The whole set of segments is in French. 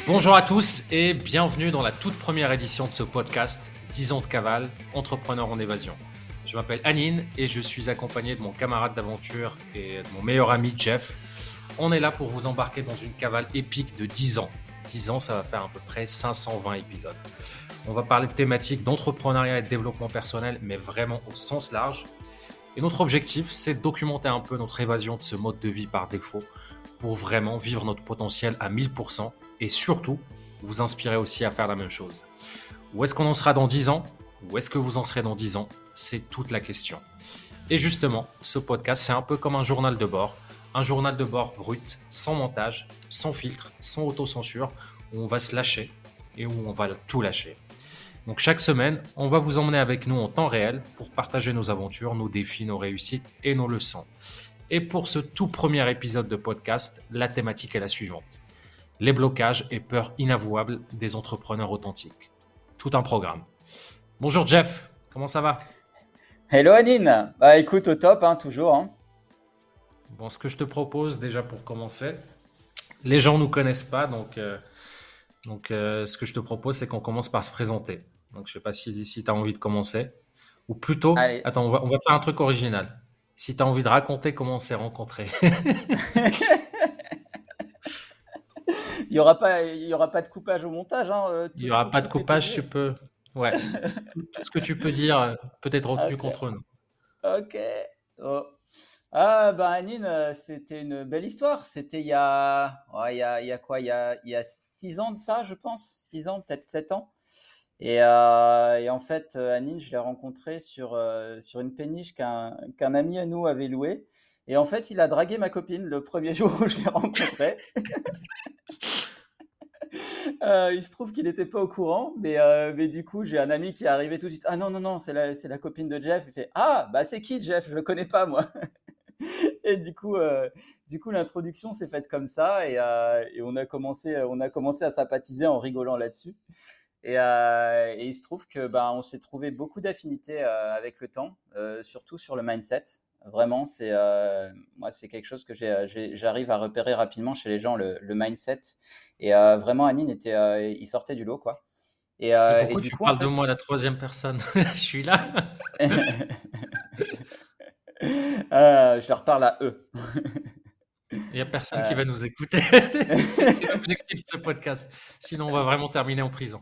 Bonjour à tous et bienvenue dans la toute première édition de ce podcast 10 ans de cavale, entrepreneur en évasion. Je m'appelle Anine et je suis accompagné de mon camarade d'aventure et de mon meilleur ami Jeff. On est là pour vous embarquer dans une cavale épique de 10 ans. 10 ans, ça va faire à peu près 520 épisodes. On va parler de thématiques d'entrepreneuriat et de développement personnel, mais vraiment au sens large. Et notre objectif, c'est de documenter un peu notre évasion de ce mode de vie par défaut pour vraiment vivre notre potentiel à 1000% et surtout vous inspirer aussi à faire la même chose. Où est-ce qu'on en sera dans 10 ans? Où est-ce que vous en serez dans 10 ans? C'est toute la question. Et justement, ce podcast, c'est un peu comme un journal de bord brut, sans montage, sans filtre, sans autocensure, où on va se lâcher et où on va tout lâcher. Donc chaque semaine, on va vous emmener avec nous en temps réel pour partager nos aventures, nos défis, nos réussites et nos leçons. Et pour ce tout premier épisode de podcast, la thématique est la suivante. Les blocages et peurs inavouables des entrepreneurs authentiques. Tout un programme. Bonjour Jeff, comment ça va? Hello Anine, bah écoute au top toujours. Bon, ce que je te propose déjà pour commencer, les gens ne nous connaissent pas, donc ce que je te propose c'est qu'on commence par se présenter. Donc je ne sais pas si tu as envie de commencer. Ou plutôt, Allez. attends, on va faire un truc original. Si tu as envie de raconter comment on s'est rencontrés. Il y aura pas de coupage au montage, Il n'y aura pas de tout est coupage, tu pété. peux. Ouais, tout ce que tu peux dire peut être retenu Ok, contre nous. ok. Oh. Ah bah Anine, c'était une belle histoire. C'était il y a quoi? Il y a 6 ans de ça, je pense. 6 ans, peut-être 7 ans. Et en fait, Anine, je l'ai rencontrée sur une péniche qu'un ami à nous avait louée. Et en fait, il a dragué ma copine le premier jour où je l'ai rencontrée. Il se trouve qu'il n'était pas au courant, mais du coup, j'ai un ami qui est arrivé tout de suite. Ah non, non, non, c'est la copine de Jeff. Il fait ah, bah c'est qui Jeff? Je le connais pas, moi. Et du coup, l'introduction s'est faite comme ça et on a commencé à sympathiser en rigolant là-dessus. Et il se trouve que ben, on s'est trouvé beaucoup d'affinités avec le temps, surtout sur le mindset. Vraiment, moi, c'est quelque chose que j'arrive à repérer rapidement chez les gens, le mindset. Et vraiment, Anine il sortait du lot, quoi. Et Et pourquoi du tu coup, en parles de fait, moi à la troisième personne? Je suis là. je leur parle à eux. Il n'y a personne qui Euh, va nous écouter. C'est l'objectif de ce podcast. Sinon, on va vraiment terminer en prison.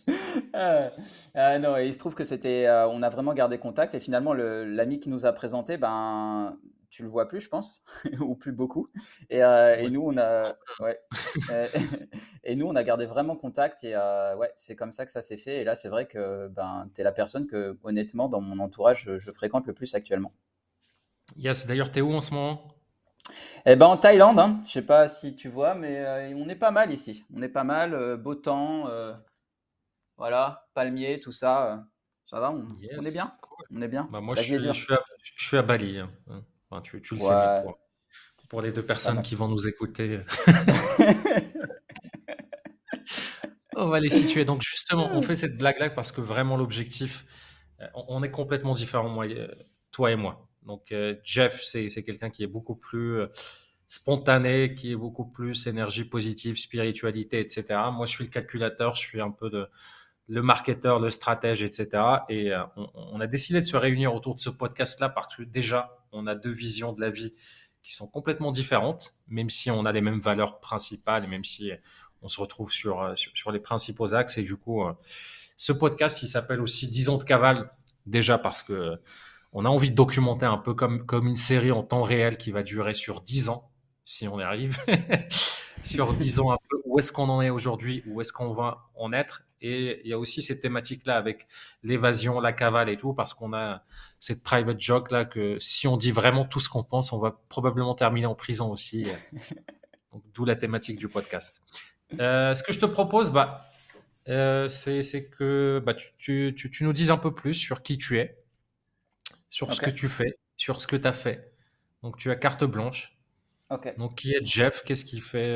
non, et il se trouve que on a vraiment gardé contact et finalement l'ami qui nous a présenté, ben, tu le vois plus, je pense, ou plus beaucoup. Et Ouais. nous, ouais, Euh, et nous, on a gardé vraiment contact et ouais, c'est comme ça que ça s'est fait. Et là, c'est vrai que ben, t'es la personne que, honnêtement, dans mon entourage, je fréquente le plus actuellement. Yes, d'ailleurs, t'es où en ce moment? Eh ben, en Thaïlande, hein, je sais pas si tu vois, mais on est pas mal ici. On est pas mal, beau temps. Voilà, palmier, tout ça. Ça va, on est Yes, bien? cool. On est bien? Bah, moi, La vie est dure. je suis à Bali, hein. Enfin, tu le sais mieux que Ouais, moi. Pour les deux pas personnes mal. qui vont nous écouter, on va les situer. Donc, justement, on fait cette blague-là parce que vraiment, l'objectif, on est complètement différents, toi et moi. Donc, Jeff, c'est quelqu'un qui est beaucoup plus spontané, qui est beaucoup plus énergie positive, spiritualité, etc. Moi, je suis le calculateur, je suis un peu le marketeur, le stratège, etc. Et on a décidé de se réunir autour de ce podcast-là parce que déjà, on a deux visions de la vie qui sont complètement différentes, même si on a les mêmes valeurs principales et même si on se retrouve sur les principaux axes. Et du coup, ce podcast, il s'appelle aussi 10 ans de cavale, déjà parce que on a envie de documenter un peu comme une série en temps réel qui va durer sur 10 ans, si on y arrive, sur 10 ans un peu, où est-ce qu'on en est aujourd'hui, où est-ce qu'on va en être. Et il y a aussi cette thématique-là avec l'évasion, la cavale et tout, parce qu'on a cette private joke là que si on dit vraiment tout ce qu'on pense, on va probablement terminer en prison aussi. Donc, d'où la thématique du podcast. Ce que je te propose, c'est que tu nous dises un peu plus sur qui tu es, sur ce Ok, que tu fais, sur ce que tu as fait. Donc, tu as carte blanche. ok, Donc, qui est Jeff? Qu'est-ce qu'il fait?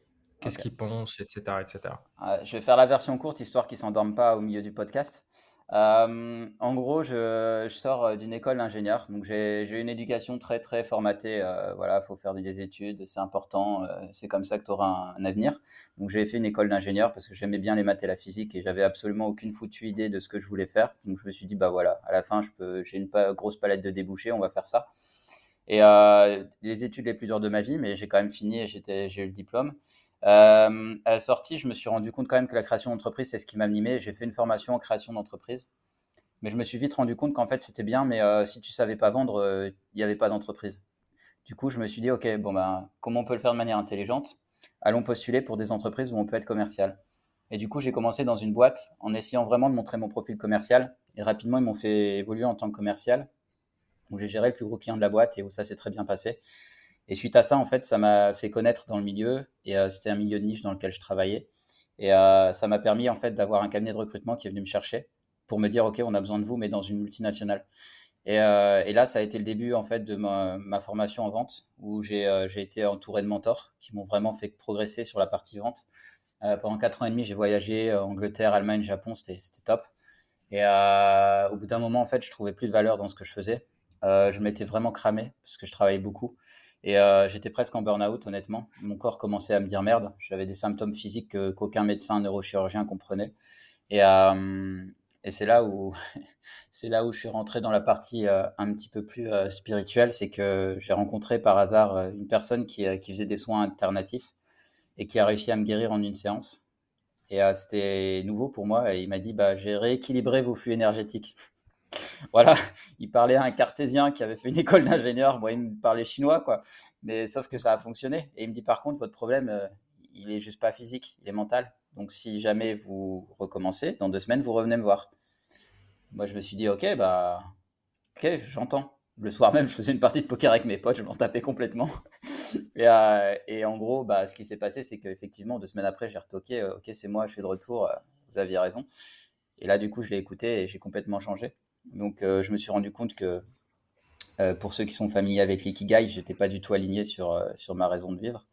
Qu'est-ce ok. qu'il pense? Etc., etc. Je vais faire la version courte, histoire qu'ils s'endorment pas au milieu du podcast. En gros, je sors, d'une école d'ingénieur, donc j'ai une éducation très, très formatée, voilà, faut faire des études, c'est important, c'est comme ça que tu auras un avenir. Donc j'ai fait une école d'ingénieur parce que j'aimais bien les maths et la physique et j'avais absolument aucune foutue idée de ce que je voulais faire. Donc je me suis dit: «Bah, voilà, à la fin j'ai une pa grosse palette de débouchés, on va faire ça». Et les études les plus dures de ma vie, mais j'ai quand même fini et j'ai eu le diplôme. À la sortie, je me suis rendu compte quand même que la création d'entreprise, c'est ce qui m'animait. J'ai fait une formation en création d'entreprise. Mais je me suis vite rendu compte qu'en fait, c'était bien, mais si tu savais pas vendre, il n'y avait pas d'entreprise. Du coup, je me suis dit, OK, bon, ben, comment on peut le faire de manière intelligente? Allons postuler pour des entreprises où on peut être commercial. Et du coup, j'ai commencé dans une boîte en essayant vraiment de montrer mon profil commercial. Et rapidement, ils m'ont fait évoluer en tant que commercial, où j'ai géré le plus gros client de la boîte et où ça s'est très bien passé. Et suite à ça, en fait, ça m'a fait connaître dans le milieu. Et c'était un milieu de niche dans lequel je travaillais. Et ça m'a permis, en fait, d'avoir un cabinet de recrutement qui est venu me chercher pour me dire, OK, on a besoin de vous, mais dans une multinationale. Et là, ça a été le début en fait de ma formation en vente, où j'ai été entouré de mentors qui m'ont vraiment fait progresser sur la partie vente. Pendant 4 ans et demi, j'ai voyagé Angleterre, Allemagne, Japon, c'était top. Et au bout d'un moment, en fait, je trouvais plus de valeur dans ce que je faisais. Je m'étais vraiment cramé parce que je travaillais beaucoup. Et j'étais presque en burn-out, honnêtement. Mon corps commençait à me dire merde. J'avais des symptômes physiques qu'aucun médecin neurochirurgien comprenait. Et, euh, et c'est là où je suis rentré dans la partie un petit peu plus spirituelle. C'est que j'ai rencontré par hasard une personne qui faisait des soins alternatifs et qui a réussi à me guérir en une séance. Et c'était nouveau pour moi. Et il m'a dit, bah, j'ai rééquilibré vos flux énergétiques. Voilà, il parlait à un cartésien qui avait fait une école d'ingénieur. Bon, il me parlait chinois, quoi. Mais sauf que ça a fonctionné. Et il me dit, par contre, votre problème, il est juste pas physique, il est mental. Donc, si jamais vous recommencez, dans 2 semaines, vous revenez me voir. Moi, je me suis dit, ok, bah, ok, j'entends. Le soir même, je faisais une partie de poker avec mes potes, je m'en tapais complètement. Et en gros, bah, ce qui s'est passé, c'est qu'effectivement, 2 semaines après, j'ai retoqué, ok, c'est moi, je suis de retour, vous aviez raison. Et là, du coup, je l'ai écouté et j'ai complètement changé. Donc, je me suis rendu compte que pour ceux qui sont familiers avec l'ikigai, j'étais pas du tout aligné sur ma raison de vivre.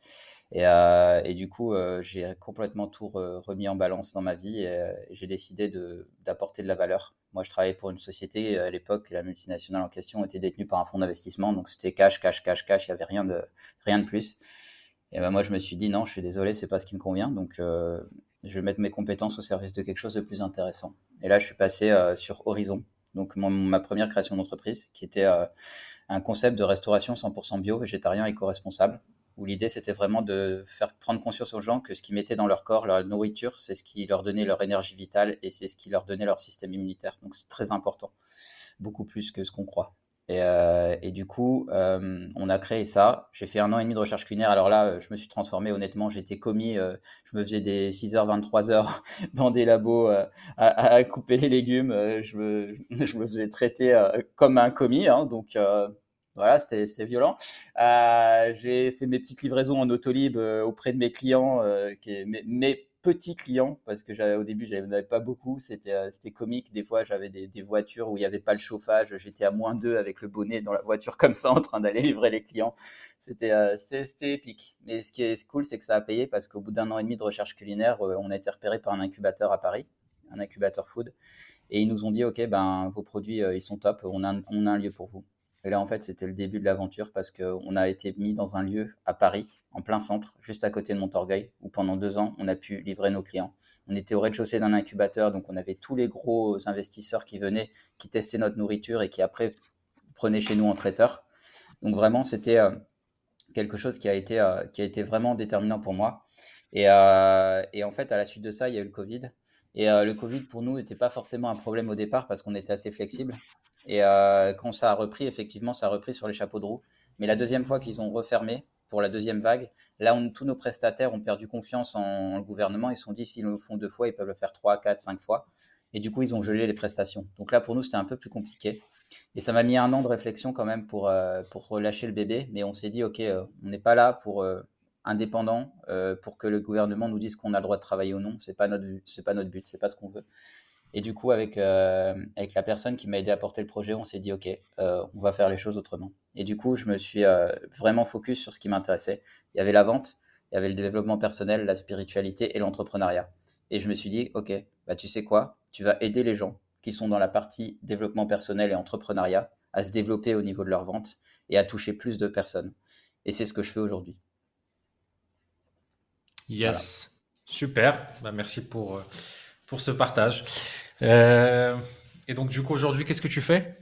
Et du coup, j'ai complètement tout remis en balance dans ma vie et j'ai décidé d'apporter de la valeur. Moi, je travaillais pour une société à l'époque, la multinationale en question était détenue par un fonds d'investissement, donc c'était cash, cash, cash, cash, il n'y avait rien de plus. Et ben moi, je me suis dit non, je suis désolé, c'est pas ce qui me convient, donc je vais mettre mes compétences au service de quelque chose de plus intéressant. Et là, je suis passé sur Horizon, donc ma première création d'entreprise, qui était un concept de restauration 100% bio, végétarien, éco-responsable, où l'idée c'était vraiment de faire prendre conscience aux gens que ce qu'ils mettaient dans leur corps, leur nourriture, c'est ce qui leur donnait leur énergie vitale et c'est ce qui leur donnait leur système immunitaire. Donc c'est très important, beaucoup plus que ce qu'on croit. Et du coup, on a créé ça. J'ai fait 1 an et demi de recherche culinaire. Alors là, je me suis transformé, honnêtement. J'étais commis. Je me faisais des 6h, 23h dans des labos à couper les légumes. Je me faisais traiter comme un commis. Hein, donc voilà, c'était violent. J'ai fait mes petites livraisons en Autolib auprès de mes clients, mes petits clients, parce que au début, j'en avais pas beaucoup. C'était comique. Des fois, j'avais des voitures où il n'y avait pas le chauffage. J'étais à -2 avec le bonnet dans la voiture comme ça, en train d'aller livrer les clients. C'était épique. Mais ce qui est cool, c'est que ça a payé parce qu'au bout d'1 an et demi de recherche culinaire, on a été repéré par un incubateur à Paris, un incubateur food. Et ils nous ont dit, OK, ben, vos produits, ils sont top, on a un lieu pour vous. Et là, en fait, c'était le début de l'aventure parce qu'on a été mis dans un lieu à Paris, en plein centre, juste à côté de Montorgueil, où pendant 2 ans, on a pu livrer nos clients. On était au rez-de-chaussée d'un incubateur, donc on avait tous les gros investisseurs qui venaient, qui testaient notre nourriture et qui après prenaient chez nous en traiteur. Donc vraiment, c'était quelque chose qui a été vraiment déterminant pour moi. Et en fait, à la suite de ça, il y a eu le Covid. Et le Covid, pour nous, n'était pas forcément un problème au départ parce qu'on était assez flexible. Et quand ça a repris, effectivement, ça a repris sur les chapeaux de roue. Mais la deuxième fois qu'ils ont refermé pour la deuxième vague, là, tous nos prestataires ont perdu confiance en le gouvernement. Ils se sont dit, s'ils le font 2 fois, ils peuvent le faire 3, 4, 5 fois. Et du coup, ils ont gelé les prestations. Donc là, pour nous, c'était un peu plus compliqué. Et ça m'a mis 1 an de réflexion quand même pour relâcher le bébé. Mais on s'est dit, OK, on n'est pas là pour indépendant, pour que le gouvernement nous dise qu'on a le droit de travailler ou non. C'est pas notre but, c'est pas ce qu'on veut. Et du coup, avec la personne qui m'a aidé à porter le projet, on s'est dit, OK, on va faire les choses autrement. Et du coup, je me suis vraiment focus sur ce qui m'intéressait. Il y avait la vente, il y avait le développement personnel, la spiritualité et l'entrepreneuriat. Et je me suis dit, OK, bah, tu sais quoi, tu vas aider les gens qui sont dans la partie développement personnel et entrepreneuriat à se développer au niveau de leur vente et à toucher plus de personnes. Et c'est ce que je fais aujourd'hui. Voilà. Yes, super. Bah, merci pour ce partage. Euh, et donc, du coup, aujourd'hui, qu'est-ce que tu fais?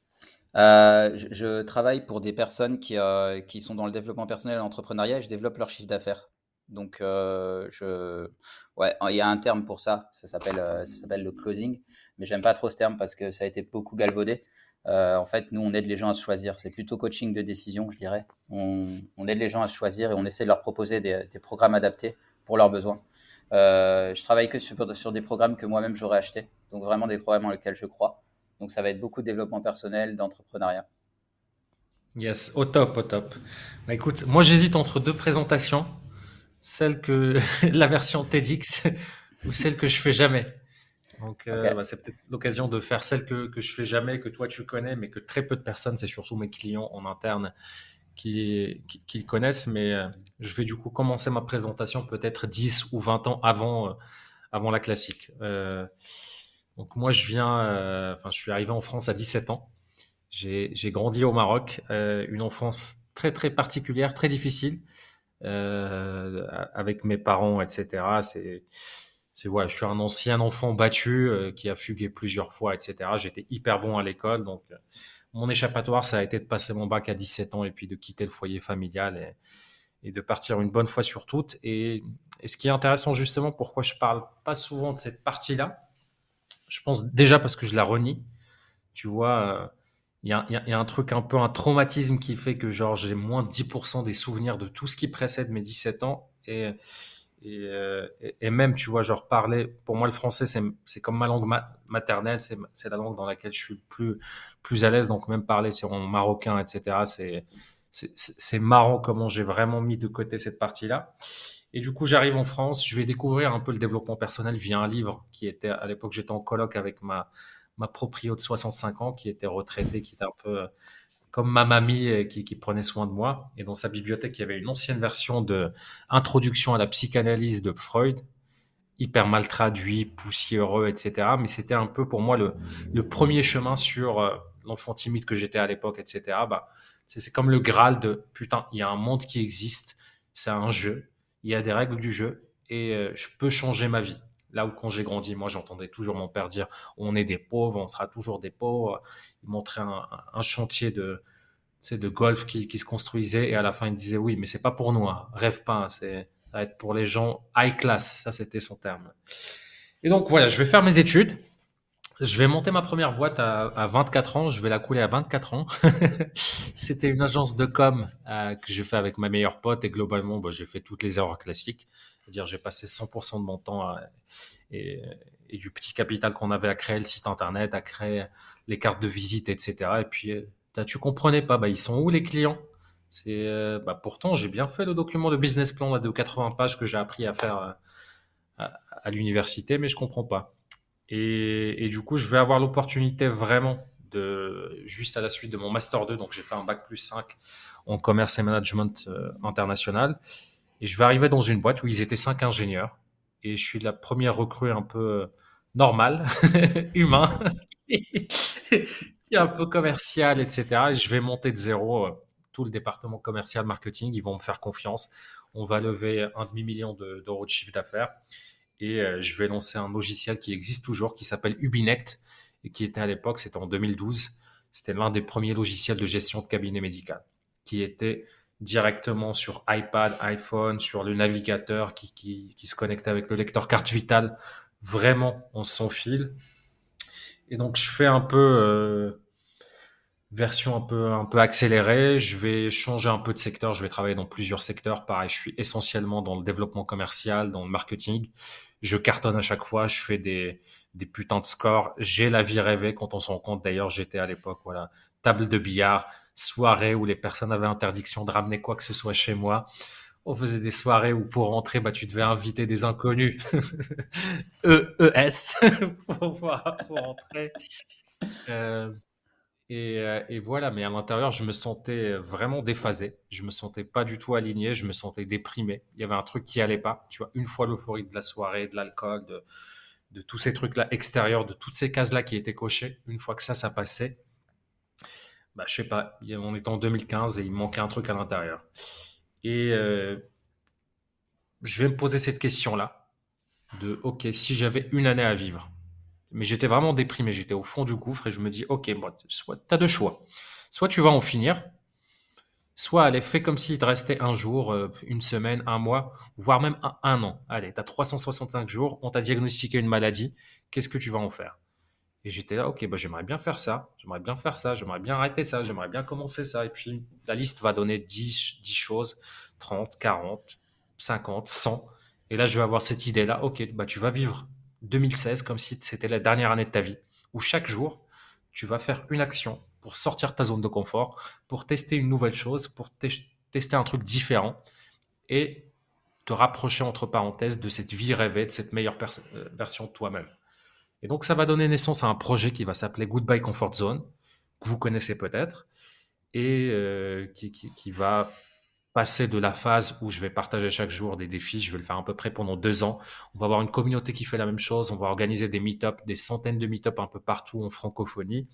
Je travaille pour des personnes qui sont dans le développement personnel et l'entrepreneuriat et je développe leur chiffre d'affaires. Donc, ouais, il y a un terme pour ça, ça s'appelle le closing, mais j'aime pas trop ce terme parce que ça a été beaucoup galvaudé. En fait, nous, on aide les gens à se choisir. C'est plutôt coaching de décision, je dirais. On aide les gens à se choisir et on essaie de leur proposer des programmes adaptés pour leurs besoins. Je travaille que sur des programmes que moi-même j'aurais achetés, donc vraiment des programmes dans lesquels je crois. Donc ça va être beaucoup de développement personnel, d'entrepreneuriat. Yes, au top, au top. Bah, écoute, moi, j'hésite entre deux présentations. Celle que la version TEDx ou celle que je fais jamais. Donc, Ok. bah, c'est peut-être l'occasion de faire celle que je fais jamais, que toi tu connais, mais que très peu de personnes, c'est surtout mes clients en interne qui le connaissent. Mais je vais du coup commencer ma présentation peut-être 10 ou 20 ans avant la classique. Donc moi, je suis arrivé en France à 17 ans. J'ai grandi au Maroc, une enfance très très particulière, très difficile, avec mes parents, etc. Ouais, je suis un ancien enfant battu qui a fugué plusieurs fois, etc. J'étais hyper bon à l'école, donc mon échappatoire, ça a été de passer mon bac à 17 ans et puis de quitter le foyer familial et de partir une bonne fois sur toutes. Et ce qui est intéressant justement, pourquoi je parle pas souvent de cette partie-là, je pense déjà parce que je la renie. Tu vois, il y a un truc un peu, un traumatisme qui fait que genre j'ai moins de 10% des souvenirs de tout ce qui précède mes 17 ans. Et même, tu vois, genre parler, pour moi, le français, c'est comme ma langue maternelle, c'est la langue dans laquelle je suis plus à l'aise. Donc, même parler c'est en marocain, etc., c'est marrant comment j'ai vraiment mis de côté cette partie-là. Et du coup, j'arrive en France, je vais découvrir un peu le développement personnel via un livre qui était, à l'époque, j'étais en coloc avec ma proprio de 65 ans qui était retraitée, qui était un peu comme ma mamie qui prenait soin de moi. Et dans sa bibliothèque, il y avait une ancienne version de Introduction à la psychanalyse de Freud, hyper mal traduit, poussiéreux, etc. Mais c'était un peu pour moi le premier chemin sur l'enfant timide que j'étais à l'époque, etc. Bah, c'est comme le Graal de putain, il y a un monde qui existe, c'est un jeu, il y a des règles du jeu et je peux changer ma vie. Là où quand j'ai grandi, moi j'entendais toujours mon père dire on est des pauvres, on sera toujours des pauvres. Il montrait un chantier de golf qui se construisait et à la fin il disait oui mais c'est pas pour nous, hein. Rêve pas, hein. Ça va être pour les gens high class, ça c'était son terme. Et donc voilà, je vais faire mes études, je vais monter ma première boîte à 24 ans, je vais la couler à 24 ans. C'était une agence de com que j'ai fait avec ma meilleure pote et globalement bah, j'ai fait toutes les erreurs classiques, c'est-à-dire j'ai passé 100% de mon temps et, et du petit capital qu'on avait à créer le site internet, à créer les cartes de visite, etc. Et puis, tu comprenais pas, bah, ils sont où les clients? Bah, pourtant, j'ai bien fait le document de business plan là, de 80 pages que j'ai appris à faire à l'université, mais je comprends pas. Et du coup, je vais avoir l'opportunité vraiment juste à la suite de mon Master 2, donc j'ai fait un bac plus 5 en commerce et management international. Et je vais arriver dans une boîte où ils étaient 5 ingénieurs. Et je suis la première recrue un peu normale, humain, qui est un peu commercial, etc. Et je vais monter de zéro tout le département commercial marketing. Ils vont me faire confiance. On va lever un demi-million d'euros de chiffre d'affaires. Et je vais lancer un logiciel qui existe toujours, qui s'appelle Ubinect, et qui était à l'époque, c'était en 2012. C'était l'un des premiers logiciels de gestion de cabinet médical, qui était directement sur iPad, iPhone, sur le navigateur qui se connectait avec le lecteur carte vitale, vraiment en sans fil. Et donc, je fais un peu version un peu accélérée. Je vais changer un peu de secteur. Je vais travailler dans plusieurs secteurs. Pareil, je suis essentiellement dans le développement commercial, dans le marketing. Je cartonne à chaque fois. Je fais des putains de scores. J'ai la vie rêvée quand on se rend compte. D'ailleurs, j'étais à l'époque, voilà, table de billard, soirée où les personnes avaient interdiction de ramener quoi que ce soit chez moi. On faisait des soirées où pour rentrer, bah, tu devais inviter des inconnus, EES, pour rentrer. Euh, et voilà, mais à l'intérieur, je me sentais vraiment déphasé. Je me sentais pas du tout aligné. Je me sentais déprimé. Il y avait un truc qui allait pas. Tu vois, une fois l'euphorie de la soirée, de l'alcool, de tous ces trucs-là extérieurs, de toutes ces cases-là qui étaient cochées. Une fois que ça passait, bah, je sais pas, on était en 2015 et il me manquait un truc à l'intérieur. Et je vais me poser cette question-là de, ok, si j'avais une année à vivre, mais j'étais vraiment déprimé, j'étais au fond du gouffre et je me dis, ok, bon, soit tu as deux choix. Soit tu vas en finir, soit allez, fais comme s'il te restait un jour, une semaine, un mois, voire même un an. Allez, tu as 365 jours, on t'a diagnostiqué une maladie, qu'est-ce que tu vas en faire? Et j'étais là, ok, bah, j'aimerais bien faire ça, j'aimerais bien faire ça, j'aimerais bien arrêter ça, j'aimerais bien commencer ça. Et puis la liste va donner 10 choses, 30, 40, 50, 100. Et là, je vais avoir cette idée-là, ok, bah, tu vas vivre 2016 comme si c'était la dernière année de ta vie, où chaque jour, tu vas faire une action pour sortir de ta zone de confort, pour tester une nouvelle chose, pour tester un truc différent et te rapprocher, entre parenthèses, de cette vie rêvée, de cette meilleure version de toi-même. Et donc, ça va donner naissance à un projet qui va s'appeler Goodbye Comfort Zone, que vous connaissez peut-être, et qui va passer de la phase où je vais partager chaque jour des défis. Je vais le faire à peu près pendant 2 ans. On va avoir une communauté qui fait la même chose. On va organiser des meet-ups, des centaines de meet-ups un peu partout en francophonie.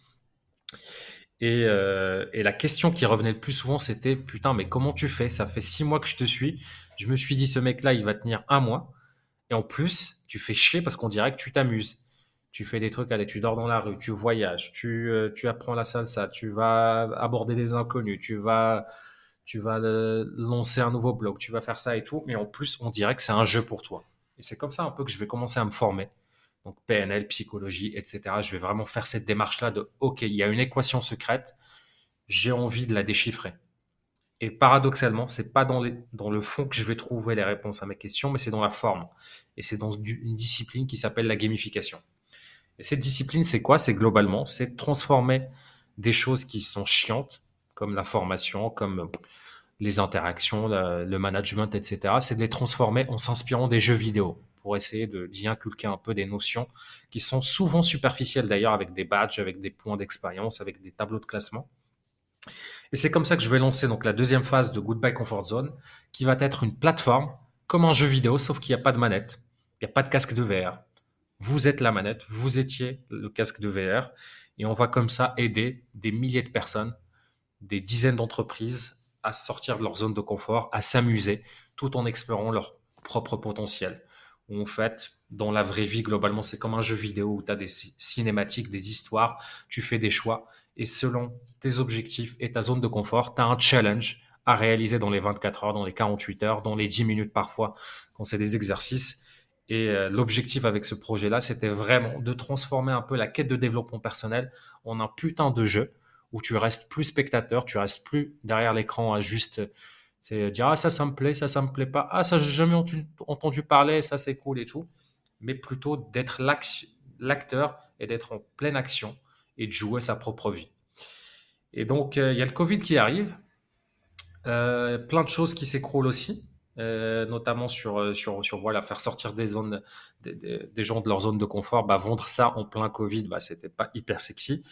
Et la question qui revenait le plus souvent, c'était putain, mais comment tu fais? Ça fait 6 mois que je te suis. Je me suis dit, ce mec-là, il va tenir un mois. Et en plus, tu fais chier parce qu'on dirait que tu t'amuses. Tu fais des trucs, allez, tu dors dans la rue, tu voyages, tu apprends la salsa, tu vas aborder des inconnus, tu vas lancer un nouveau blog, tu vas faire ça et tout. Mais en plus, on dirait que c'est un jeu pour toi. Et c'est comme ça un peu que je vais commencer à me former. Donc PNL, psychologie, etc. Je vais vraiment faire cette démarche-là de, OK, il y a une équation secrète, j'ai envie de la déchiffrer. Et paradoxalement, c'est pas dans le fond que je vais trouver les réponses à mes questions, mais c'est dans la forme. Et c'est dans une discipline qui s'appelle la gamification. Et cette discipline, c'est quoi? C'est globalement, c'est de transformer des choses qui sont chiantes, comme la formation, comme les interactions, le management, etc. C'est de les transformer en s'inspirant des jeux vidéo pour essayer d'y inculquer un peu des notions qui sont souvent superficielles d'ailleurs, avec des badges, avec des points d'expérience, avec des tableaux de classement. Et c'est comme ça que je vais lancer donc la deuxième phase de Goodbye Comfort Zone, qui va être une plateforme comme un jeu vidéo, sauf qu'il n'y a pas de manette, il n'y a pas de casque de VR. Vous êtes la manette, vous étiez le casque de VR, et on va comme ça aider des milliers de personnes, des dizaines d'entreprises à sortir de leur zone de confort, à s'amuser, tout en explorant leur propre potentiel. En fait, dans la vraie vie, globalement, c'est comme un jeu vidéo où tu as des cinématiques, des histoires, tu fais des choix, et selon tes objectifs et ta zone de confort, tu as un challenge à réaliser dans les 24 heures, dans les 48 heures, dans les 10 minutes parfois, quand c'est des exercices. Et l'objectif avec ce projet-là, c'était vraiment de transformer un peu la quête de développement personnel en un putain de jeu où tu restes plus spectateur, tu restes plus derrière l'écran à juste dire ah ça me plaît, ça me plaît pas, ah ça j'ai jamais entendu parler, ça c'est cool et tout, mais plutôt d'être l'acteur et d'être en pleine action et de jouer sa propre vie. Et donc il y a le Covid qui arrive, plein de choses qui s'écroulent aussi. Notamment sur voilà, faire sortir des gens de leur zone de confort, bah, vendre ça en plein Covid, bah, c'était pas hyper sexy.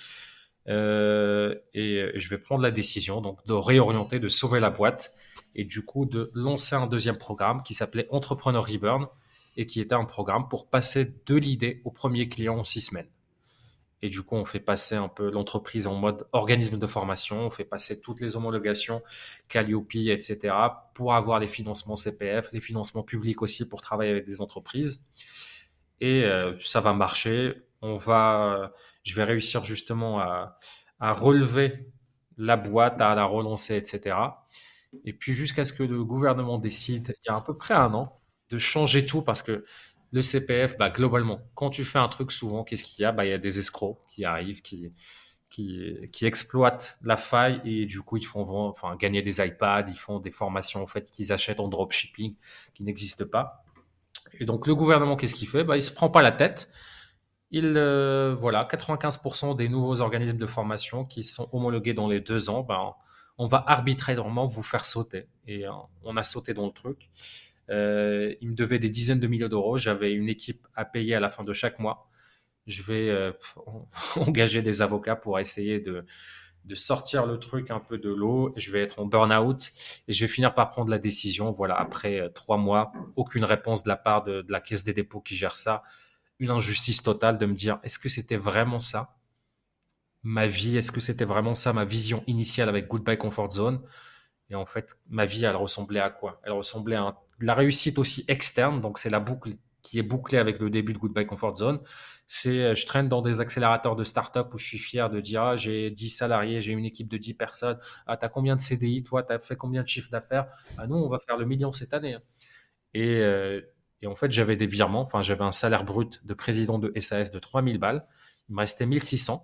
Et je vais prendre la décision donc de réorienter, de sauver la boîte et du coup de lancer un deuxième programme qui s'appelait Entrepreneur Reburn et qui était un programme pour passer de l'idée au premier client en 6 semaines. Et du coup, on fait passer un peu l'entreprise en mode organisme de formation, on fait passer toutes les homologations, Calliope, etc., pour avoir les financements CPF, les financements publics aussi pour travailler avec des entreprises. Et ça va marcher. Je vais réussir justement à relever la boîte, à la relancer, etc. Et puis jusqu'à ce que le gouvernement décide, il y a à peu près un an, de changer tout parce que le CPF, bah, globalement, quand tu fais un truc souvent, qu'est-ce qu'il y a? Bah, il y a des escrocs qui arrivent, qui exploitent la faille et du coup, ils font enfin, gagner des iPads, ils font des formations en fait qu'ils achètent en dropshipping qui n'existent pas. Et donc, le gouvernement, qu'est-ce qu'il fait? Bah, il se prend pas la tête. Voilà, 95% des nouveaux organismes de formation qui sont homologués dans les 2 ans, ben, on va arbitrairement vous faire sauter. Et on a sauté dans le truc. Il me devait des dizaines de milliers d'euros. J'avais une équipe à payer à la fin de chaque mois. Je vais engager des avocats pour essayer de sortir le truc un peu de l'eau. Je vais être en burn-out et je vais finir par prendre la décision. Voilà, après 3 mois, aucune réponse de la part de la Caisse des dépôts qui gère ça. une injustice totale de me dire, est-ce que c'était vraiment ça ma vie? Est-ce que c'était vraiment ça ma vision initiale avec Goodbye Comfort Zone? Et en fait, ma vie, elle ressemblait à quoi? Elle ressemblait à de la réussite aussi externe, donc c'est la boucle qui est bouclée avec le début de Goodbye Comfort Zone. Je traîne dans des accélérateurs de start-up où je suis fier de dire, ah, j'ai 10 salariés, j'ai une équipe de 10 personnes. Ah, t'as combien de CDI, toi? T'as fait combien de chiffre d'affaires? Ah, nous, on va faire le million cette année, hein. Et, euh, et en fait, j'avais des virements, enfin, j'avais un salaire brut de président de SAS de 3000 balles. Il me restait 1600.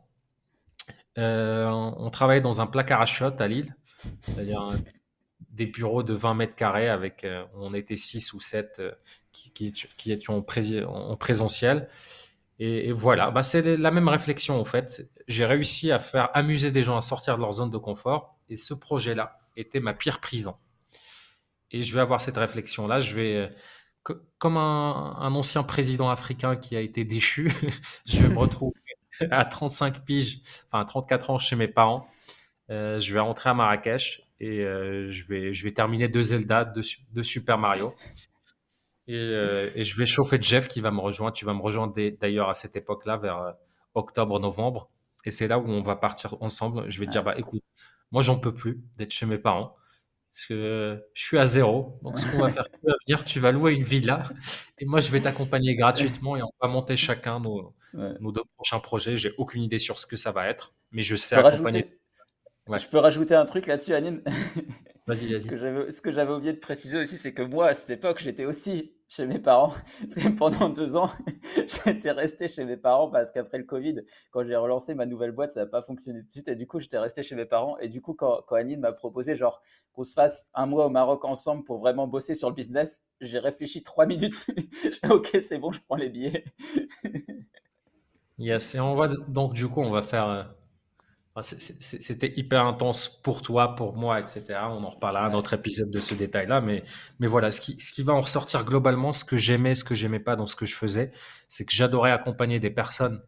On travaillait dans un placard à shot à Lille, c'est-à-dire des bureaux de 20 mètres carrés avec, on était 6 ou 7 qui étions en présentiel. Et voilà, bah, c'est la même réflexion en fait. J'ai réussi à faire amuser des gens à sortir de leur zone de confort et ce projet-là était ma pire prison. Et je vais avoir cette réflexion-là, je vais, comme un ancien président africain qui a été déchu, je vais me retrouver à 35 piges, enfin à 34 ans chez mes parents. Je vais rentrer à Marrakech et je vais terminer deux Zelda, deux Super Mario. Et je vais chauffer Jeff qui va me rejoindre. Tu vas me rejoindre d'ailleurs à cette époque-là, vers octobre-novembre. Et c'est là où on va partir ensemble. Je vais te dire, Ouais. bah écoute, moi j'en peux plus d'être chez mes parents. Parce que je suis à zéro. Donc ce qu'on va faire, tu vas venir, tu vas louer une villa. Et moi je vais t'accompagner gratuitement et on va monter chacun Ouais. nos deux prochains projets. J'ai aucune idée sur ce que ça va être, mais je Je sais peux accompagner. rajouter, Ouais, je peux rajouter un truc là-dessus, Anine. vas-y, Ce vas-y. que j'avais oublié de préciser aussi, c'est que moi, à cette époque, j'étais aussi chez mes parents. Parce que pendant 2 ans, j'étais resté chez mes parents parce qu'après le Covid, quand j'ai relancé ma nouvelle boîte, ça n'a pas fonctionné tout de suite. Et du coup, j'étais resté chez mes parents. Et du coup, quand Anine m'a proposé genre qu'on se fasse un mois au Maroc ensemble pour vraiment bosser sur le business, j'ai réfléchi 3 minutes. J'ai fait, ok, c'est bon, je prends les billets. Yes. Et on va donc du coup, on va faire. Enfin, c'était hyper intense pour toi, pour moi, etc. On en reparlera à un Ouais. autre épisode de ce détail-là. Mais voilà, ce qui va en ressortir globalement, ce que j'aimais pas dans ce que je faisais, c'est que j'adorais accompagner des personnes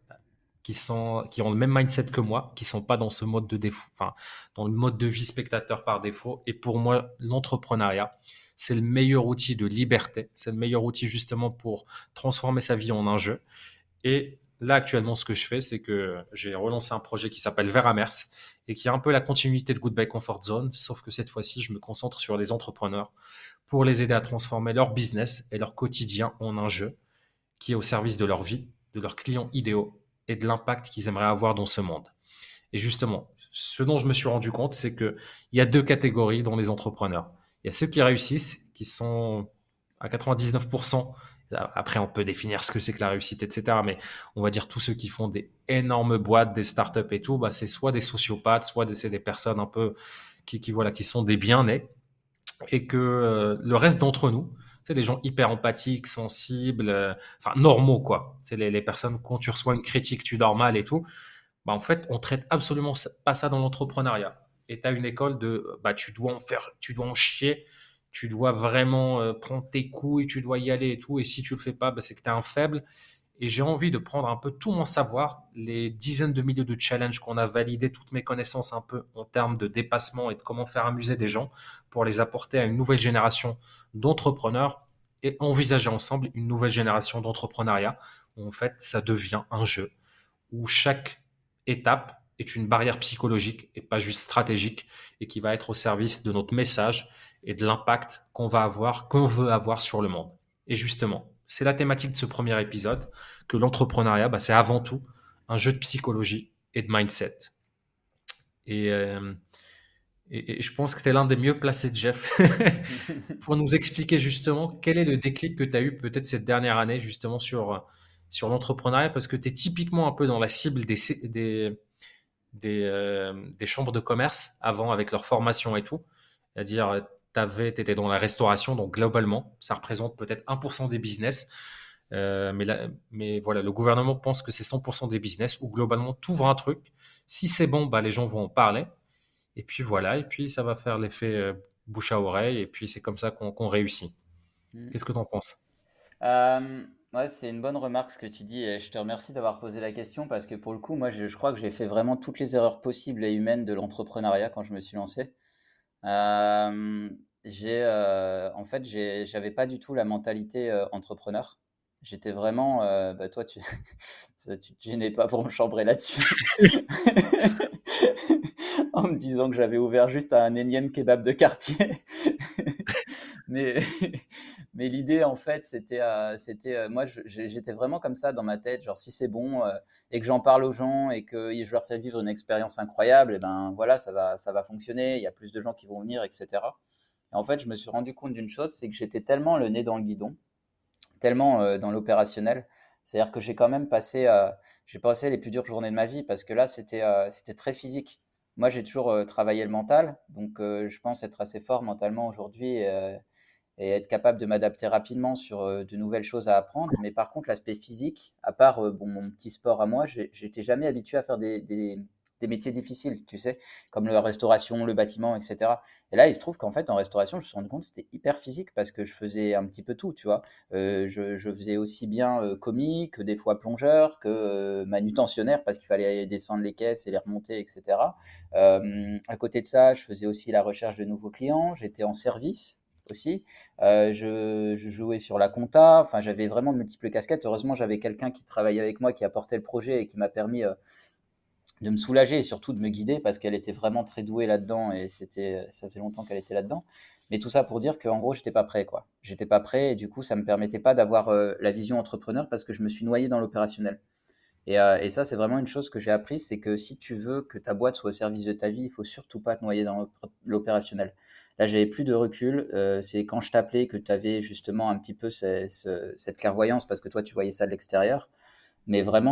qui ont le même mindset que moi, qui sont pas dans ce mode de défaut, enfin, dans le mode de vie spectateur par défaut. Et pour moi, l'entrepreneuriat, c'est le meilleur outil de liberté. C'est le meilleur outil justement pour transformer sa vie en un jeu. Et là, actuellement, ce que je fais, c'est que j'ai relancé un projet qui s'appelle Veramers et qui est un peu la continuité de Goodbye Comfort Zone, sauf que cette fois-ci, je me concentre sur les entrepreneurs pour les aider à transformer leur business et leur quotidien en un jeu qui est au service de leur vie, de leurs clients idéaux et de l'impact qu'ils aimeraient avoir dans ce monde. Et justement, ce dont je me suis rendu compte, c'est qu'il y a deux catégories dans les entrepreneurs. Il y a ceux qui réussissent, qui sont à 99%. Après, on peut définir ce que c'est que la réussite, etc. Mais on va dire tous ceux qui font des énormes boîtes, des startups et tout, bah, c'est soit des sociopathes, c'est des personnes un peu voilà, qui sont des bien-nés. Et que le reste d'entre nous, c'est des gens hyper empathiques, sensibles, enfin normaux, quoi. C'est les personnes, quand tu reçois une critique, tu dors mal et tout, bah, en fait, on traite absolument pas ça dans l'entrepreneuriat. Et tu as une école de, bah, tu dois en faire, tu dois en chier, tu dois vraiment prendre tes couilles, tu dois y aller et tout. Et si tu le fais pas, bah, c'est que tu es un faible. Et j'ai envie de prendre un peu tout mon savoir, les dizaines de milliers de challenges qu'on a validés, toutes mes connaissances un peu en termes de dépassement et de comment faire amuser des gens pour les apporter à une nouvelle génération d'entrepreneurs et envisager ensemble une nouvelle génération d'entrepreneuriat où en fait ça devient un jeu où chaque étape est une barrière psychologique et pas juste stratégique et qui va être au service de notre message et de l'impact qu'on veut avoir sur le monde. Et justement, c'est la thématique de ce premier épisode, que l'entrepreneuriat, bah, c'est avant tout un jeu de psychologie et de mindset. Et, euh, et je pense que tu es l'un des mieux placés, Jeff, pour nous expliquer justement quel est le déclic que tu as eu peut-être cette dernière année justement sur l'entrepreneuriat, parce que tu es typiquement un peu dans la cible des chambres de commerce avant avec leur formation et tout. C'est-à-dire, tu étais dans la restauration, donc globalement, ça représente peut-être 1% des business. Mais voilà, le gouvernement pense que c'est 100% des business où globalement, tu ouvres un truc. Si c'est bon, bah, les gens vont en parler. Et puis voilà, et puis ça va faire l'effet bouche à oreille. Et puis c'est comme ça qu'on réussit. Qu'est-ce que tu en penses? Ouais, c'est une bonne remarque ce que tu dis et je te remercie d'avoir posé la question parce que pour le coup, moi, je crois que j'ai fait vraiment toutes les erreurs possibles et humaines de l'entrepreneuriat quand je me suis lancé. En fait, j'avais pas du tout la mentalité entrepreneur. J'étais vraiment, bah, toi, tu tu te gênais pas pour me chambrer là-dessus. En me disant que j'avais ouvert juste un énième kebab de quartier. Mais mais l'idée, en fait, moi, j'étais vraiment comme ça dans ma tête, genre si c'est bon, et que j'en parle aux gens et que je leur fais vivre une expérience incroyable, et ben, voilà, ça va fonctionner, il y a plus de gens qui vont venir et cetera. Et en fait, je me suis rendu compte d'une chose, c'est que j'étais tellement le nez dans le guidon, tellement, dans l'opérationnel. C'est-à-dire que j'ai passé les plus dures journées de ma vie parce que là, c'était très physique. Moi, j'ai toujours, travaillé le mental, donc je pense être assez fort mentalement aujourd'hui, et être capable de m'adapter rapidement sur, de nouvelles choses à apprendre. Mais par contre, l'aspect physique, à part, bon, mon petit sport à moi, j'étais jamais habitué à faire des métiers difficiles, tu sais? Comme la restauration, le bâtiment et cetera. Et là, il se trouve qu'en fait, en restauration, je me suis rendu compte que c'était hyper physique parce que je faisais un petit peu tout, tu vois? Je faisais aussi bien, commis que des fois plongeur, que, manutentionnaire parce qu'il fallait descendre les caisses et les remonter et cetera. À côté de ça, je faisais aussi la recherche de nouveaux clients, j'étais en service aussi. Je jouais sur la compta, enfin j'avais vraiment de multiples casquettes. Heureusement, j'avais quelqu'un qui travaillait avec moi, qui apportait le projet et qui m'a permis de me soulager et surtout de me guider parce qu'elle était vraiment très douée là-dedans et ça faisait longtemps qu'elle était là-dedans. Mais tout ça pour dire qu'en gros, j'étais pas prêt, quoi. J'étais pas prêt et du coup, ça me permettait pas d'avoir la vision entrepreneur parce que je me suis noyé dans l'opérationnel. Et ça, c'est vraiment une chose que j'ai apprise, c'est que si tu veux que ta boîte soit au service de ta vie, il faut surtout pas te noyer dans l'opérationnel. Là, j'avais plus de recul. C'est quand je t'appelais que tu avais justement un petit peu cette clairvoyance parce que toi, tu voyais ça de l'extérieur. Mais vraiment,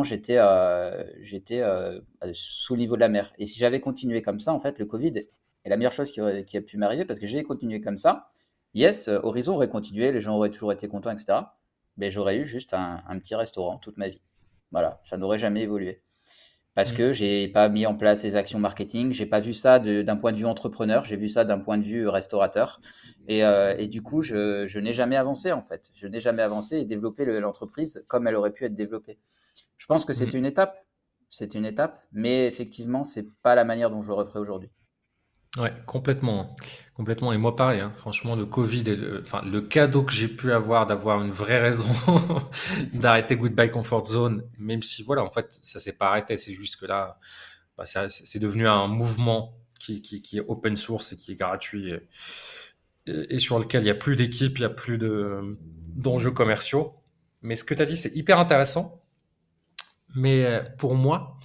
j'étais sous le niveau de la mer. Et si j'avais continué comme ça, en fait, le Covid est la meilleure chose qui a pu m'arriver parce que j'ai continué comme ça. Yes, Horizon aurait continué, les gens auraient toujours été contents, etc. Mais j'aurais eu juste un petit restaurant toute ma vie. Voilà, ça n'aurait jamais évolué. Parce Mm. que j'ai pas mis en place les actions marketing, j'ai pas vu ça d'un point de vue entrepreneur, j'ai vu ça d'un point de vue restaurateur. Et du coup, je n'ai jamais avancé en fait. Je n'ai jamais avancé et développé l'entreprise comme elle aurait pu être développée. Je pense que Mm. c'était une étape. C'était une étape, mais effectivement, c'est pas la manière dont je le referai aujourd'hui. Ouais, complètement, complètement. Et moi, pareil, hein, franchement, le Covid et enfin, le cadeau que j'ai pu avoir d'avoir une vraie raison d'arrêter Goodbye Comfort Zone, même si, voilà, en fait, ça s'est pas arrêté. C'est juste que là, bah, c'est devenu un mouvement qui est open source et qui est gratuit et sur lequel il n'y a plus d'équipe, il n'y a plus d'enjeux commerciaux. Mais ce que tu as dit, c'est hyper intéressant. Mais pour moi,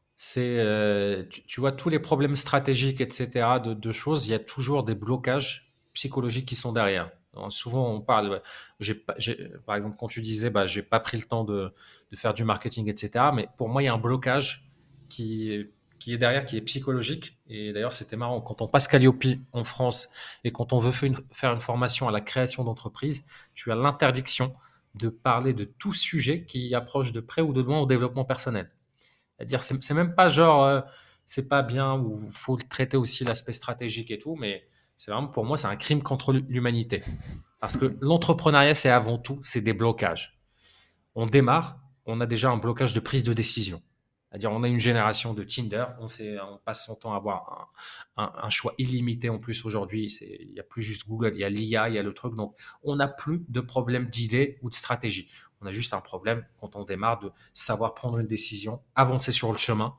tu vois, tous les problèmes stratégiques, etc., de choses, il y a toujours des blocages psychologiques qui sont derrière. Alors, souvent, on parle, ouais, par exemple, quand tu disais, bah, j'ai pas pris le temps de faire du marketing, etc., mais pour moi, il y a un blocage qui, qui est derrière, qui est psychologique. Et d'ailleurs, c'était marrant, quand on passe Calliope en France et quand on veut faire une formation à la création d'entreprise, tu as l'interdiction de parler de tout sujet qui approche de près ou de loin au développement personnel. C'est-à-dire, c'est même pas genre, c'est pas bien ou faut traiter aussi l'aspect stratégique et tout, mais c'est vraiment pour moi, c'est un crime contre l'humanité. Parce que l'entrepreneuriat, c'est avant tout, c'est des blocages. On démarre, on a déjà un blocage de prise de décision. C'est-à-dire, on a une génération de Tinder, on passe son temps à avoir un choix illimité en plus aujourd'hui. Il n'y a plus juste Google, il y a l'IA, il y a le truc. Donc, on n'a plus de problème d'idée ou de stratégie. On a juste un problème quand on démarre de savoir prendre une décision, avancer sur le chemin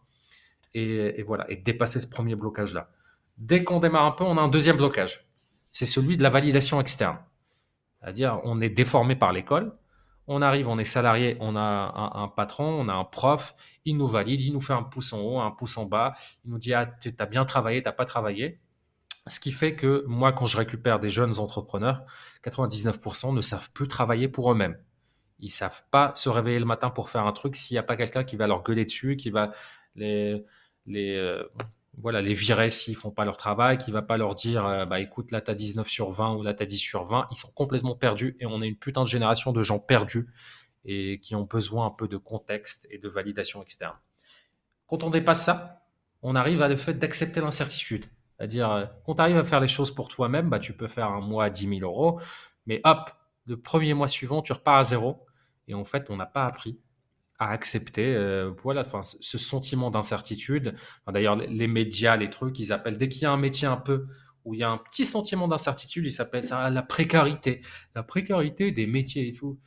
et voilà, et dépasser ce premier blocage-là. Dès qu'on démarre un peu, on a un deuxième blocage. C'est celui de la validation externe. C'est-à-dire, on est déformé par l'école. On arrive, on est salarié, on a un patron, on a un prof, il nous valide, il nous fait un pouce en haut, un pouce en bas, il nous dit ah, tu as bien travaillé, tu n'as pas travaillé. Ce qui fait que moi, quand je récupère des jeunes entrepreneurs, 99% ne savent plus travailler pour eux-mêmes. Ils savent pas se réveiller le matin pour faire un truc s'il n'y a pas quelqu'un qui va leur gueuler dessus, qui va les, les, voilà, les virer s'ils font pas leur travail, qui va pas leur dire bah écoute, là tu as 19 sur 20 ou là tu as 10 sur 20. Ils sont complètement perdus et on est une putain de génération de gens perdus et qui ont besoin un peu de contexte et de validation externe. Quand on dépasse ça, on arrive à le fait d'accepter l'incertitude. C'est-à-dire, quand tu arrives à faire les choses pour toi-même, bah, tu peux faire un mois à 10 000 euros, mais hop, le premier mois suivant, tu repars à zéro. Et en fait, on n'a pas appris à accepter voilà, enfin, ce sentiment d'incertitude. Enfin, d'ailleurs, les médias, les trucs, ils appellent, dès qu'il y a un métier un peu où il y a un petit sentiment d'incertitude, ils s'appellent ça la précarité. La précarité des métiers et tout.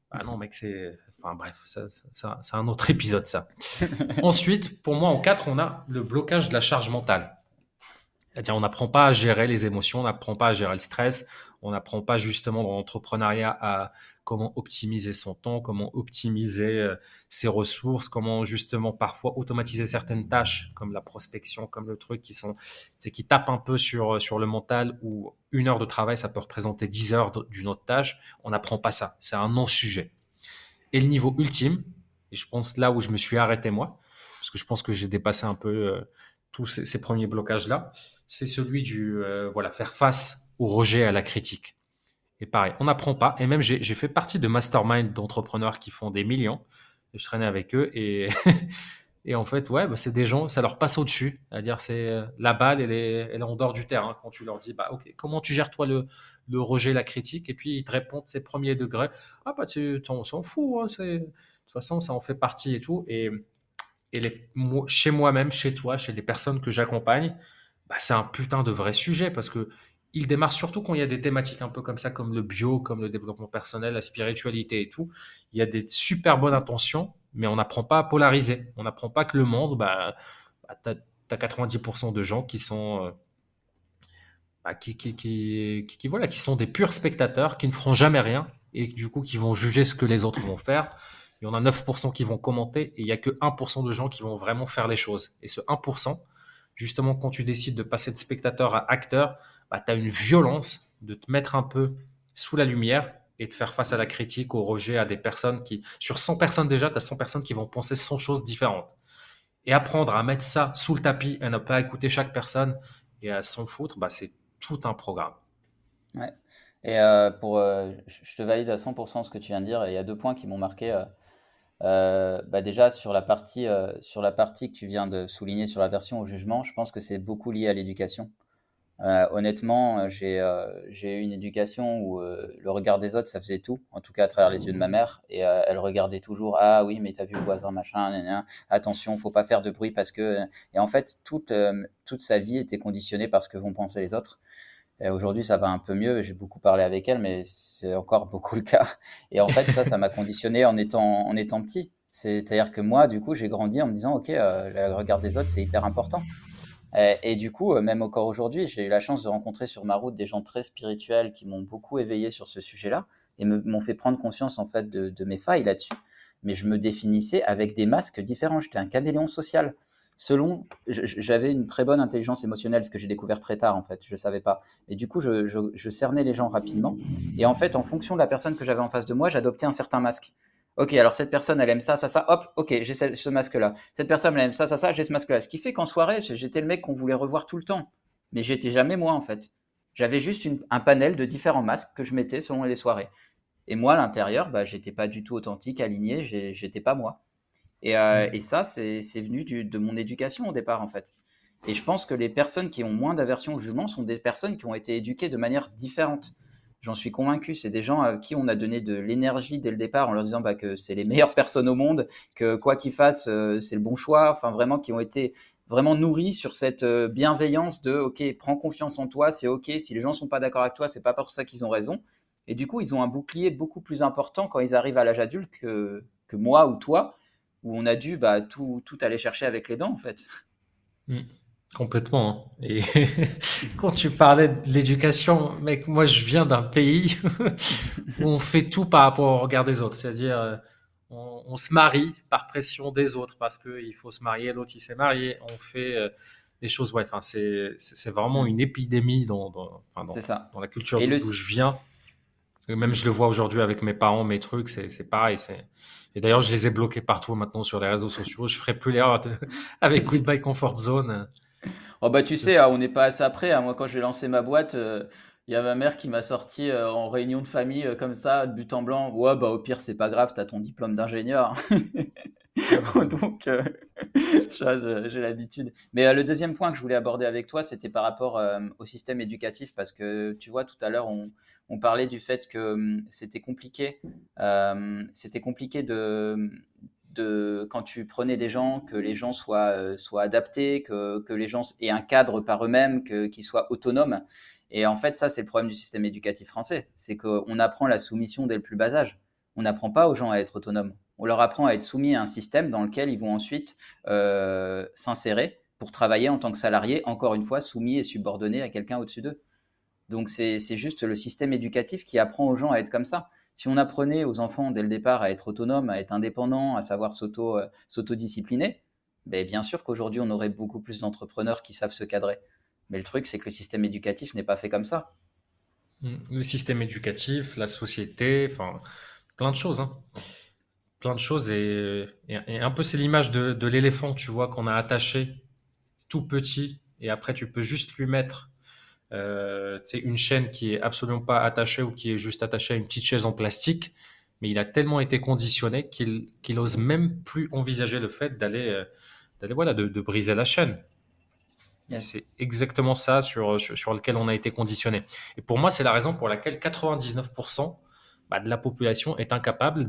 Ah non, mec, enfin bref, c'est un autre épisode, ça. Ensuite, pour moi, en 4, on a le blocage de la charge mentale. C'est-à-dire, on n'apprend pas à gérer les émotions, on n'apprend pas à gérer le stress, on n'apprend pas justement dans l'entrepreneuriat à comment optimiser son temps, comment optimiser ses ressources, comment justement parfois automatiser certaines tâches comme la prospection, comme le truc qui tapent un peu sur le mental où 1 heure de travail, ça peut représenter 10 heures d'une autre tâche. On n'apprend pas ça. C'est un non-sujet. Et le niveau ultime, et je pense là où je me suis arrêté moi, parce que je pense que j'ai dépassé un peu tous ces premiers blocages-là, c'est celui du voilà, faire face au rejet, à la critique. Et pareil, on n'apprend pas. Et même, j'ai fait partie de mastermind d'entrepreneurs qui font des millions. Et je traînais avec eux et, et en fait, ouais, bah, c'est des gens, ça leur passe au-dessus. C'est-à-dire, c'est la balle, elle est en dehors du terrain. Quand tu leur dis, bah, ok, comment tu gères toi le rejet, la critique? Et puis ils te répondent ces premiers degrés. Ah, bah, on s'en fout. Hein, de toute façon, ça en fait partie et tout. Et chez moi-même, chez toi, chez les personnes que j'accompagne, bah, c'est un putain de vrai sujet parce que il démarre surtout quand il y a des thématiques un peu comme ça, comme le bio, comme le développement personnel, la spiritualité et tout. Il y a des super bonnes intentions, mais on n'apprend pas à polariser. On n'apprend pas que le monde, t'as 90% de gens qui sont, voilà, qui sont des purs spectateurs, qui ne feront jamais rien et du coup qui vont juger ce que les autres vont faire. Il y en a 9% qui vont commenter et il y a que 1% de gens qui vont vraiment faire les choses. Et ce 1%, justement, quand tu décides de passer de spectateur à acteur, bah, tu as une violence de te mettre un peu sous la lumière et de faire face à la critique, au rejet, à des personnes qui, sur 100 personnes déjà, tu as 100 personnes qui vont penser 100 choses différentes. Et apprendre à mettre ça sous le tapis et à ne pas écouter chaque personne et à s'en foutre, bah, c'est tout un programme. Ouais. Et je te valide à 100% ce que tu viens de dire. Et il y a deux points qui m'ont marqué. Bah déjà sur la partie que tu viens de souligner sur l'aversion au jugement, je pense que c'est beaucoup lié à l'éducation. Honnêtement, j'ai eu une éducation où le regard des autres, ça faisait tout, en tout cas à travers les yeux de ma mère. Et elle regardait toujours, ah oui, mais t'as vu le voisin, machin, gna, attention, faut pas faire de bruit parce que. Et en fait, toute sa vie était conditionnée par ce que vont penser les autres. Et aujourd'hui, ça va un peu mieux. J'ai beaucoup parlé avec elle, mais c'est encore beaucoup le cas. Et en fait, ça m'a conditionné en étant petit. C'est-à-dire que moi, du coup, j'ai grandi en me disant, OK, le regard des autres, c'est hyper important. Et du coup, même encore aujourd'hui, j'ai eu la chance de rencontrer sur ma route des gens très spirituels qui m'ont beaucoup éveillé sur ce sujet-là et m'ont fait prendre conscience en fait de mes failles là-dessus. Mais je me définissais avec des masques différents. J'étais un caméléon social. J'avais une très bonne intelligence émotionnelle, ce que j'ai découvert très tard en fait. Je savais pas. Et du coup, je cernais les gens rapidement. Et en fait, en fonction de la personne que j'avais en face de moi, j'adoptais un certain masque. Ok, alors cette personne, elle aime ça, ça, ça, hop, ok, j'ai ce masque-là. Cette personne, elle aime ça, ça, ça, j'ai ce masque-là. Ce qui fait qu'en soirée, j'étais le mec qu'on voulait revoir tout le temps. Mais j'étais jamais moi, en fait. J'avais juste un panel de différents masques que je mettais selon les soirées. Et moi, à l'intérieur, bah, j'étais pas du tout authentique, aligné, j'étais pas moi. Et ça, c'est venu de mon éducation au départ, en fait. Et je pense que les personnes qui ont moins d'aversion au jugement sont des personnes qui ont été éduquées de manière différente. J'en suis convaincu. C'est des gens à qui on a donné de l'énergie dès le départ en leur disant bah, que c'est les meilleures personnes au monde, que quoi qu'ils fassent, c'est le bon choix. Enfin, vraiment, qui ont été vraiment nourris sur cette bienveillance de OK, prends confiance en toi, c'est OK. Si les gens sont pas d'accord avec toi, c'est pas pour ça qu'ils ont raison. Et du coup, ils ont un bouclier beaucoup plus important quand ils arrivent à l'âge adulte que moi ou toi, où on a dû bah, tout aller chercher avec les dents, en fait. Mm. Complètement. Hein. Et quand tu parlais de l'éducation, mec, moi je viens d'un pays où on fait tout par rapport au regard des autres. C'est-à-dire, on se marie par pression des autres parce qu'il faut se marier, l'autre il s'est marié. On fait des choses, ouais, enfin, c'est vraiment Mm. une épidémie enfin, C'est ça. dans la culture Et d'où je viens. Et même je le vois aujourd'hui avec mes parents, mes trucs, c'est pareil. Et d'ailleurs, je les ai bloqués partout maintenant sur les réseaux sociaux. Je ferai plus l'erreur avec Goodbye Comfort Zone. Oh bah tu sais, on n'est pas assez après. Hein. Moi, quand j'ai lancé ma boîte, il y a ma mère qui m'a sorti en réunion de famille comme ça, de but en blanc. Ouais, bah au pire, c'est pas grave, t'as ton diplôme d'ingénieur. Donc, tu vois, j'ai l'habitude. Mais le deuxième point que je voulais aborder avec toi, c'était par rapport au système éducatif, parce que tu vois, tout à l'heure, on parlait du fait que c'était compliqué quand tu prenais des gens, que les gens soient adaptés, que les gens aient un cadre par eux-mêmes, qu'ils soient autonomes. Et en fait, ça, c'est le problème du système éducatif français. C'est qu'on apprend la soumission dès le plus bas âge. On n'apprend pas aux gens à être autonomes. On leur apprend à être soumis à un système dans lequel ils vont ensuite s'insérer pour travailler en tant que salariés, encore une fois, soumis et subordonnés à quelqu'un au-dessus d'eux. Donc c'est juste le système éducatif qui apprend aux gens à être comme ça. Si on apprenait aux enfants dès le départ à être autonomes, à être indépendants, à savoir s'autodiscipliner, ben bien sûr qu'aujourd'hui on aurait beaucoup plus d'entrepreneurs qui savent se cadrer. Mais le truc, c'est que le système éducatif n'est pas fait comme ça. Le système éducatif, la société, enfin, plein de choses, hein. Plein de choses et un peu c'est l'image de l'éléphant, tu vois, qu'on a attaché tout petit et après tu peux juste lui mettre tu sais, une chaîne qui est absolument pas attachée ou qui est juste attachée à une petite chaise en plastique, mais il a tellement été conditionné qu'il ose même plus envisager le fait d'aller voilà, de briser la chaîne. Et Yes. c'est exactement ça sur lequel on a été conditionné. Et pour moi, c'est la raison pour laquelle 99% de la population est incapable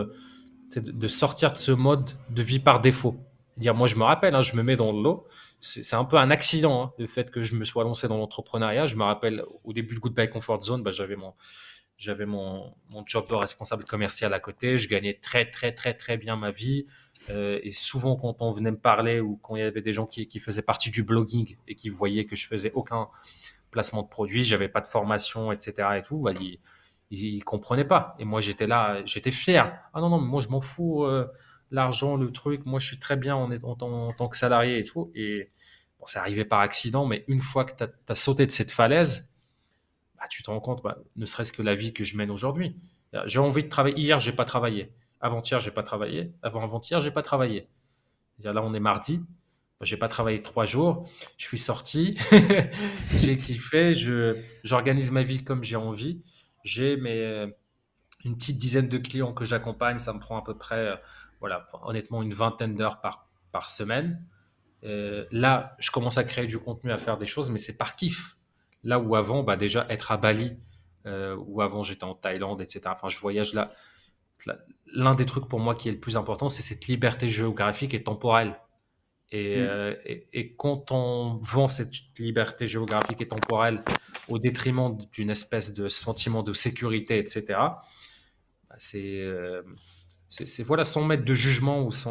de sortir de ce mode de vie par défaut. Dire, moi, je me rappelle, hein, je me mets dans le lot. C'est un peu un accident, hein, le fait que je me sois lancé dans l'entrepreneuriat. Je me rappelle, au début de Goodbye Comfort Zone, j'avais mon job de responsable commercial à côté. Je gagnais très, très, très, très bien ma vie. Et souvent, quand on venait me parler ou quand il y avait des gens qui faisaient partie du blogging et qui voyaient que je faisais aucun placement de produit, j'avais pas de formation, etc. et tout, ils comprenaient pas. Et moi, j'étais là, j'étais fier. Ah non, non, mais moi, je m'en fous, l'argent, le truc. Moi, je suis très bien en tant que salarié et tout. Et bon, c'est arrivé par accident, mais une fois que tu as sauté de cette falaise, tu te rends compte, ne serait-ce que la vie que je mène aujourd'hui. J'ai envie de travailler. Hier, j'ai pas travaillé. Avant-hier, j'ai pas travaillé. Avant-hier, j'ai pas travaillé. Là, on est mardi. J'ai pas travaillé 3 jours. Je suis sorti. J'ai kiffé. J'organise ma vie comme j'ai envie. J'ai une petite dizaine de clients que j'accompagne. Ça me prend à peu près, voilà, honnêtement, une vingtaine d'heures par semaine. Là, je commence à créer du contenu, à faire des choses, mais c'est par kiff. Là où avant, déjà être à Bali, où avant j'étais en Thaïlande, etc. Enfin, je voyage là. L'un des trucs pour moi qui est le plus important, c'est cette liberté géographique et temporelle. Mm. Et quand on vend cette liberté géographique et temporelle au détriment d'une espèce de sentiment de sécurité, etc., c'est voilà, sans mettre de jugement ou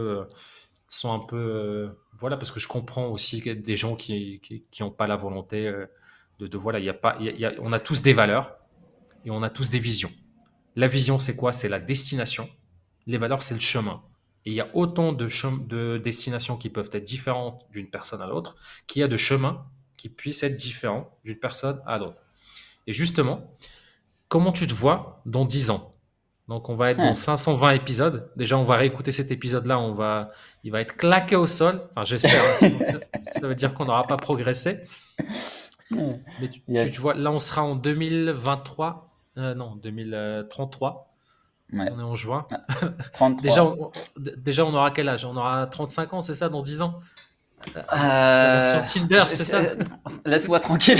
voilà, parce que je comprends aussi qu'il y a des gens qui ont pas la volonté voilà, il y a pas, on a tous des valeurs et on a tous des visions. La vision, c'est quoi? C'est la destination. Les valeurs, c'est le chemin. Et il y a autant de destinations qui peuvent être différentes d'une personne à l'autre qu'il y a de chemins qui puissent être différents d'une personne à l'autre. Et justement, comment tu te vois dans 10 ans? Donc, on va être dans 520 épisodes. Déjà, on va réécouter cet épisode-là. Il va être claqué au sol. Enfin, j'espère, hein, sinon ça veut dire qu'on n'aura pas progressé. Mais tu te Yes. vois, là, on sera en 2023. Non, 2033. Parce Ouais. qu'on est en juin. Ah, Déjà, 33. déjà, on aura quel âge? On aura 35 ans, c'est ça, dans 10 ans? La version Euh, Tinder, c'est ça? Laisse-moi tranquille.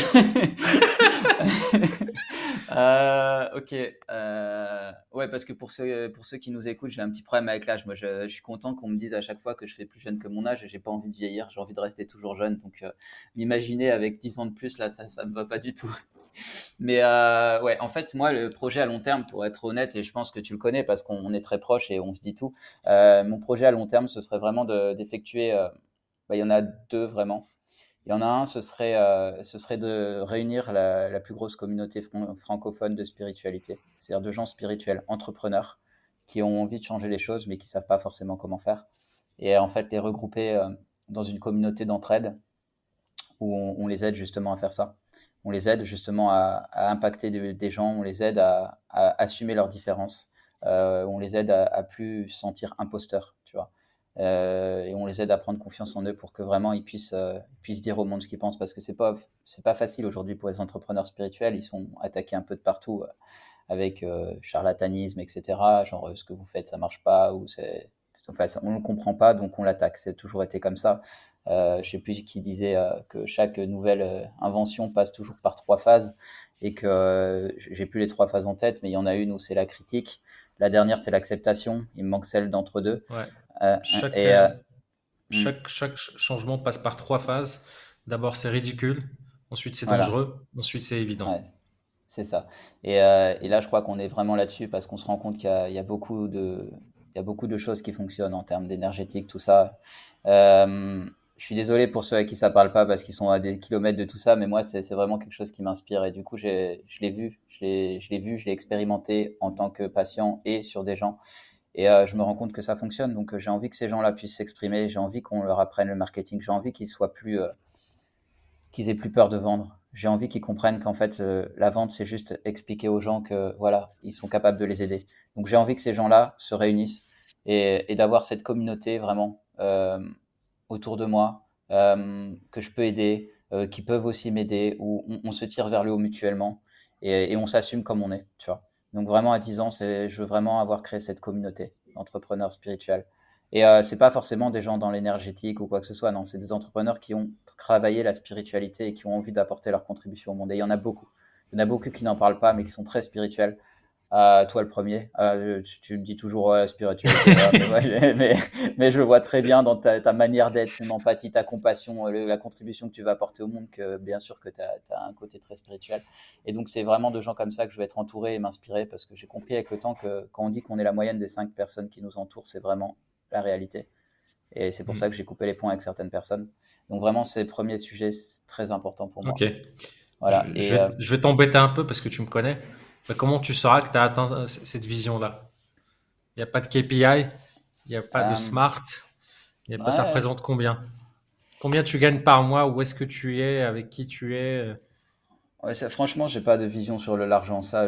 Ok. Ouais, parce que pour ceux qui nous écoutent, j'ai un petit problème avec l'âge. Moi, je suis content qu'on me dise à chaque fois que je fais plus jeune que mon âge et j'ai pas envie de vieillir. J'ai envie de rester toujours jeune. Donc, m'imaginer avec 10 ans de plus, là, ça me va pas du tout. Mais ouais, en fait, moi, le projet à long terme, pour être honnête, et je pense que tu le connais parce qu'on est très proches et on se dit tout, mon projet à long terme, ce serait vraiment d'effectuer. Il y en a deux vraiment. Il y en a un, ce serait de réunir la plus grosse communauté francophone de spiritualité, c'est-à-dire de gens spirituels, entrepreneurs, qui ont envie de changer les choses, mais qui ne savent pas forcément comment faire. Et en fait, les regrouper dans une communauté d'entraide où on les aide justement à faire ça. On les aide justement à impacter des gens, on les aide à assumer leurs différences, on les aide à plus se sentir imposteurs, tu vois. Et on les aide à prendre confiance en eux pour que vraiment puissent dire au monde ce qu'ils pensent parce que c'est pas facile aujourd'hui pour les entrepreneurs spirituels. Ils sont attaqués un peu de partout avec charlatanisme, etc. Genre ce que vous faites, ça marche pas ou enfin, on ne le comprend pas, donc on l'attaque. C'est toujours été comme ça. Je sais plus qui disait que chaque nouvelle invention passe toujours par trois phases et que j'ai plus les trois phases en tête, mais il y en a une où c'est la critique, la dernière c'est l'acceptation. Il me manque celle d'entre deux. Ouais. Euh, Chaque, et euh, hmm, chaque changement passe par 3 phases. D'abord, c'est ridicule. Ensuite, c'est voilà. dangereux. Ensuite, c'est évident. Ouais. c'est ça. Et là, je crois qu'on est vraiment là-dessus parce qu'on se rend compte qu'il y a il y a beaucoup de choses qui fonctionnent en termes d'énergétique, tout ça. Euh, je suis désolé pour ceux à qui ça parle pas parce qu'ils sont à des kilomètres de tout ça, mais moi, c'est vraiment quelque chose qui m'inspire. Et du coup, je l'ai vu, je l'ai expérimenté en tant que patient et sur des gens. Et je me rends compte que ça fonctionne. Donc, j'ai envie que ces gens-là puissent s'exprimer. J'ai envie qu'on leur apprenne le marketing. J'ai envie qu'ils aient plus peur de vendre. J'ai envie qu'ils comprennent qu'en fait, la vente, c'est juste expliquer aux gens que voilà, ils sont capables de les aider. Donc, j'ai envie que ces gens-là se réunissent et d'avoir cette communauté vraiment autour de moi que je peux aider, qui peuvent aussi m'aider, où on se tire vers le haut mutuellement et on s'assume comme on est, tu vois. Donc, vraiment, à 10 ans, je veux vraiment avoir créé cette communauté d'entrepreneurs spirituels. Et c'est pas forcément des gens dans l'énergétique ou quoi que ce soit, non, c'est des entrepreneurs qui ont travaillé la spiritualité et qui ont envie d'apporter leur contribution au monde. Et il y en a beaucoup. Il y en a beaucoup qui n'en parlent pas, mais qui sont très spirituels. Toi, le premier, tu me dis toujours la spiritualité, voilà, mais je le vois très bien dans ta manière d'être, ton empathie, ta compassion, la contribution que tu vas apporter au monde, que bien sûr que tu as un côté très spirituel. Et donc, c'est vraiment de gens comme ça que je vais être entouré et m'inspirer parce que j'ai compris avec le temps que quand on dit qu'on est la moyenne des 5 personnes qui nous entourent, c'est vraiment la réalité. Et c'est pour ça que Mm. j'ai coupé les ponts avec certaines personnes. Donc, vraiment, ces premiers sujets, c'est très important pour Ok. moi. Voilà. Et Je vais t'embêter un peu parce que tu me connais. Mais comment tu sauras que tu as atteint cette vision-là? Il n'y a pas de KPI, il n'y a pas de euh, smart, il y a pas, ça ouais, représente combien? Combien tu gagnes par mois? Où est-ce que tu es? Avec qui tu es? ouais, franchement, j'ai pas de vision sur l'argent. Ça,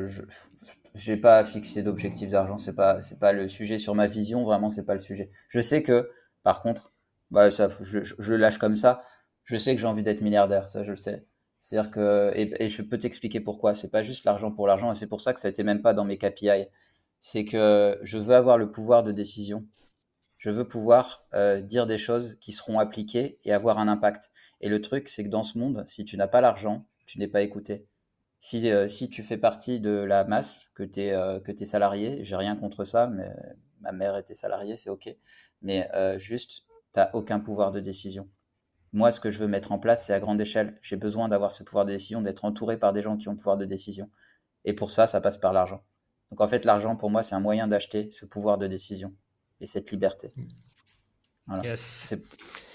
j'ai pas fixé d'objectif d'argent. C'est pas le sujet. Sur ma vision, vraiment, c'est pas le sujet. Je sais que, par contre, bah, ça, je le lâche comme ça. Je sais que j'ai envie d'être milliardaire. Ça, je le sais. C'est-à-dire que, et je peux t'expliquer pourquoi. C'est pas juste l'argent pour l'argent. Et c'est pour ça que ça a été même pas dans mes KPI. C'est que je veux avoir le pouvoir de décision. Je veux pouvoir dire des choses qui seront appliquées et avoir un impact. Et le truc, c'est que dans ce monde, si tu n'as pas l'argent, tu n'es pas écouté. Si tu fais partie de la masse, que t'es salarié, j'ai rien contre ça, mais ma mère était salariée, c'est ok. Mais juste, t'as aucun pouvoir de décision. Moi, ce que je veux mettre en place, c'est à grande échelle. J'ai besoin d'avoir ce pouvoir de décision, d'être entouré par des gens qui ont le pouvoir de décision. Et pour ça, ça passe par l'argent. Donc en fait, l'argent, pour moi, c'est un moyen d'acheter ce pouvoir de décision et cette liberté. Voilà. Yes. C'est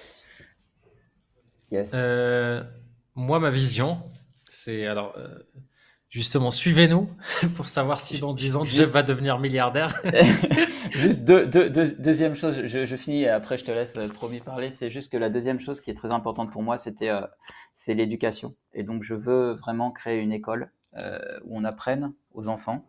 yes. Euh, Moi, ma vision, c'est alors justement, suivez-nous pour savoir si dans 10 ans Jeff Juste, va devenir milliardaire. juste deuxième chose, je finis et après je te laisse promis parler. C'est juste que la deuxième chose qui est très importante pour moi, c'est l'éducation. Et donc je veux vraiment créer une école où on apprenne aux enfants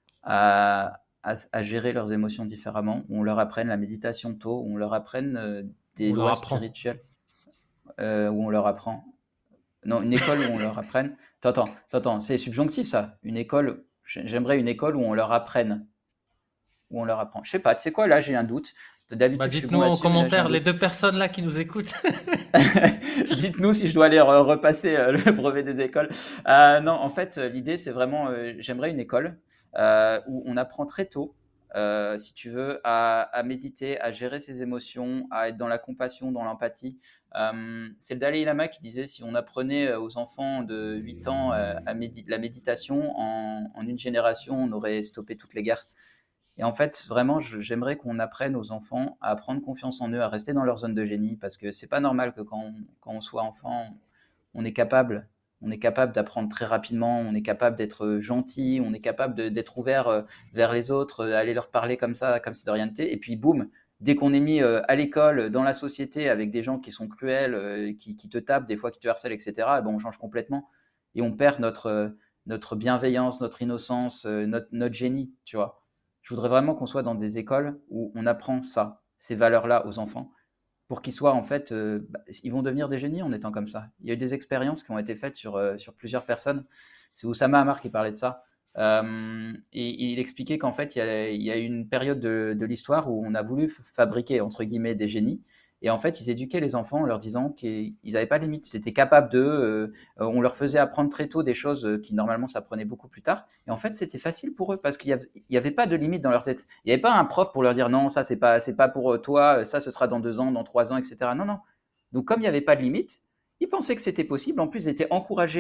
à gérer leurs émotions différemment, où on leur apprenne la méditation tôt, où on leur apprenne des On leur lois apprend. spirituelles, où on leur apprend. Non, une école où on leur apprenne. T'entends, c'est subjonctif ça. Une école, j'aimerais une école où on leur apprenne. Où on leur apprend. Je sais pas, tu sais quoi, là j'ai un doute. Bah, D'habitude je suis bon dites-nous en là-dessus, mais là j'ai un commentaire, les doute. deux personnes là qui nous écoutent. Dites-nous si je dois aller repasser le brevet des écoles. Non, en fait, l'idée c'est vraiment, j'aimerais une école où on apprend très tôt, si tu veux, à méditer, à gérer ses émotions, à être dans la compassion, dans l'empathie. C'est le Dalai Lama qui disait si on apprenait aux enfants de 8 ans la méditation, en une génération, on aurait stoppé toutes les guerres. Et en fait, vraiment, j'aimerais qu'on apprenne aux enfants à prendre confiance en eux, à rester dans leur zone de génie, parce que c'est pas normal que quand on soit enfant, on est capable, on est capable d'apprendre très rapidement, on est capable d'être gentil, on est capable d'être ouvert vers les autres, aller leur parler comme si de rien n'était. Et puis, boum, dès qu'on est mis à l'école, dans la société, avec des gens qui sont cruels, qui te tapent, des fois qui te harcèlent, etc., ben, on change complètement et on perd notre bienveillance, notre innocence, notre génie, tu vois. Je voudrais vraiment qu'on soit dans des écoles où on apprend ça, ces valeurs-là aux enfants, pour qu'ils soient en fait, ils vont devenir des génies en étant comme ça. Il y a eu des expériences qui ont été faites sur plusieurs personnes. C'est Oussama Hamar qui parlait de ça. Et il expliquait qu'en fait, il y a eu une période de l'histoire où on a voulu fabriquer, entre guillemets, des génies. Et en fait, ils éduquaient les enfants en leur disant qu'ils n'avaient pas de limite. Ils étaient capables on leur faisait apprendre très tôt des choses qui normalement s'apprenaient beaucoup plus tard. Et en fait, c'était facile pour eux parce qu'il y avait pas de limite dans leur tête. Il n'y avait pas un prof pour leur dire non, ça c'est pas pour toi, ça ce sera dans 2 ans, dans 3 ans, etc. Non, non. Donc comme il n'y avait pas de limite, ils pensaient que c'était possible. En plus, ils étaient encouragés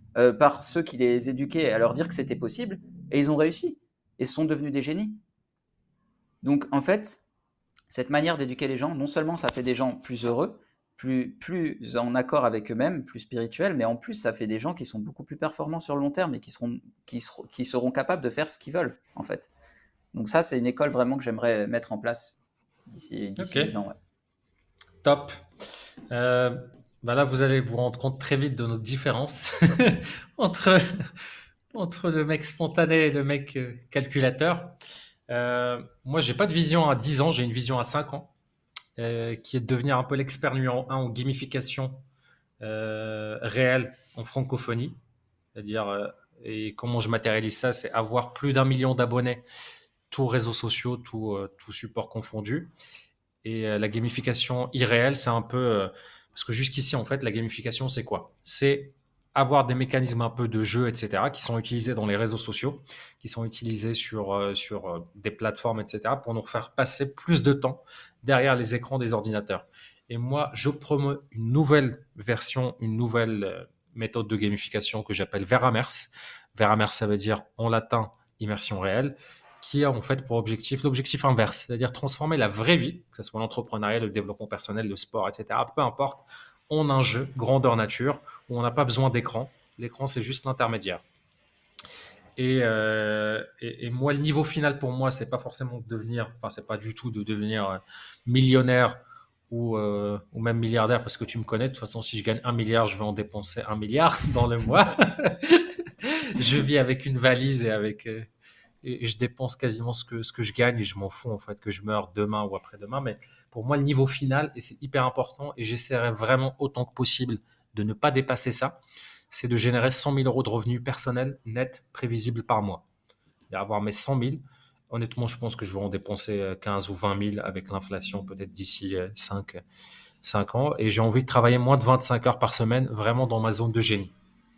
par ceux qui les éduquaient à leur dire que c'était possible, et ils ont réussi, et sont devenus des génies. Donc en fait, cette manière d'éduquer les gens, non seulement ça fait des gens plus heureux, plus en accord avec eux-mêmes, plus spirituels, mais en plus ça fait des gens qui sont beaucoup plus performants sur le long terme et qui seront capables de faire ce qu'ils veulent, en fait. Donc ça, c'est une école vraiment que j'aimerais mettre en place Ok, d'ici 10 ans. Ouais. top. Euh, Bah là, vous allez vous rendre compte très vite de notre différence entre, entre le mec spontané et le mec calculateur. Moi, j'ai pas de vision à 10 ans, j'ai une vision à 5 ans, qui est de devenir un peu l'expert numéro un en gamification réelle en francophonie. C'est-à-dire, et comment je matérialise ça, c'est avoir plus d'1 million d'abonnés, tous réseaux sociaux, tout support confondu. Et la gamification irréelle, c'est un peu... parce que jusqu'ici, en fait, la gamification, c'est quoi? C'est avoir des mécanismes un peu de jeu, etc., qui sont utilisés dans les réseaux sociaux, qui sont utilisés sur des plateformes, etc., pour nous faire passer plus de temps derrière les écrans des ordinateurs. Et moi, je promeux une nouvelle version, une nouvelle méthode de gamification que j'appelle Veramers. Veramers, ça veut dire en latin immersion réelle, qui a en fait pour objectif l'objectif inverse, c'est-à-dire transformer la vraie vie, que ce soit l'entrepreneuriat, le développement personnel, le sport, etc., peu importe, en un jeu grandeur nature où on n'a pas besoin d'écran. L'écran, c'est juste l'intermédiaire. Et moi, le niveau final pour moi, c'est pas forcément de devenir, enfin, c'est pas du tout de devenir millionnaire ou même milliardaire, parce que tu me connais. De toute façon, si je gagne 1 milliard, je vais en dépenser 1 milliard dans le mois. Je vis avec une valise et je dépense quasiment ce que je gagne et je m'en fous en fait que je meure demain ou après-demain. Mais pour moi, le niveau final, et c'est hyper important, et j'essaierai vraiment autant que possible de ne pas dépasser ça, c'est de générer 100 000 euros de revenus personnels nets prévisibles par mois. Et avoir mes 100 000, honnêtement, je pense que je vais en dépenser 15 ou 20 000 avec l'inflation peut-être d'ici 5 ans. Et j'ai envie de travailler moins de 25 heures par semaine, vraiment dans ma zone de génie.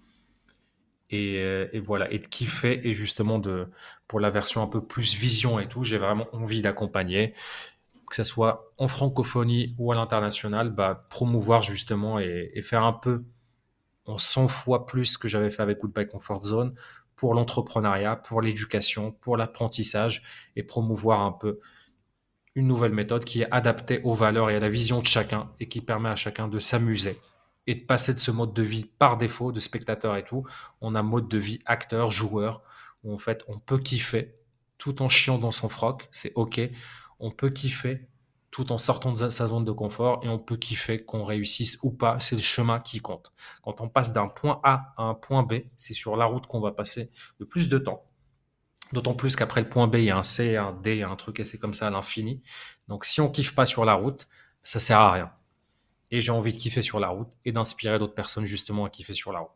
Et voilà, et de kiffer, et justement pour la version un peu plus vision et tout, j'ai vraiment envie d'accompagner, que ce soit en francophonie ou à l'international, bah, promouvoir justement et faire un peu en 100 fois plus que j'avais fait avec Goodbye Comfort Zone pour l'entrepreneuriat, pour l'éducation, pour l'apprentissage, et promouvoir un peu une nouvelle méthode qui est adaptée aux valeurs et à la vision de chacun et qui permet à chacun de s'amuser et de passer de ce mode de vie par défaut de spectateur et tout. On a mode de vie acteur, joueur, où en fait on peut kiffer tout en chiant dans son froc, c'est ok. On peut kiffer tout en sortant de sa zone de confort et on peut kiffer qu'on réussisse ou pas, c'est le chemin qui compte. Quand on passe d'un point A à un point B, c'est sur la route qu'on va passer le plus de temps. D'autant plus qu'après le point B, il y a un C, un D, un truc et c'est comme ça à l'infini. Donc si on kiffe pas sur la route, ça sert à rien. Et j'ai envie de kiffer sur la route et d'inspirer d'autres personnes justement à kiffer sur la route.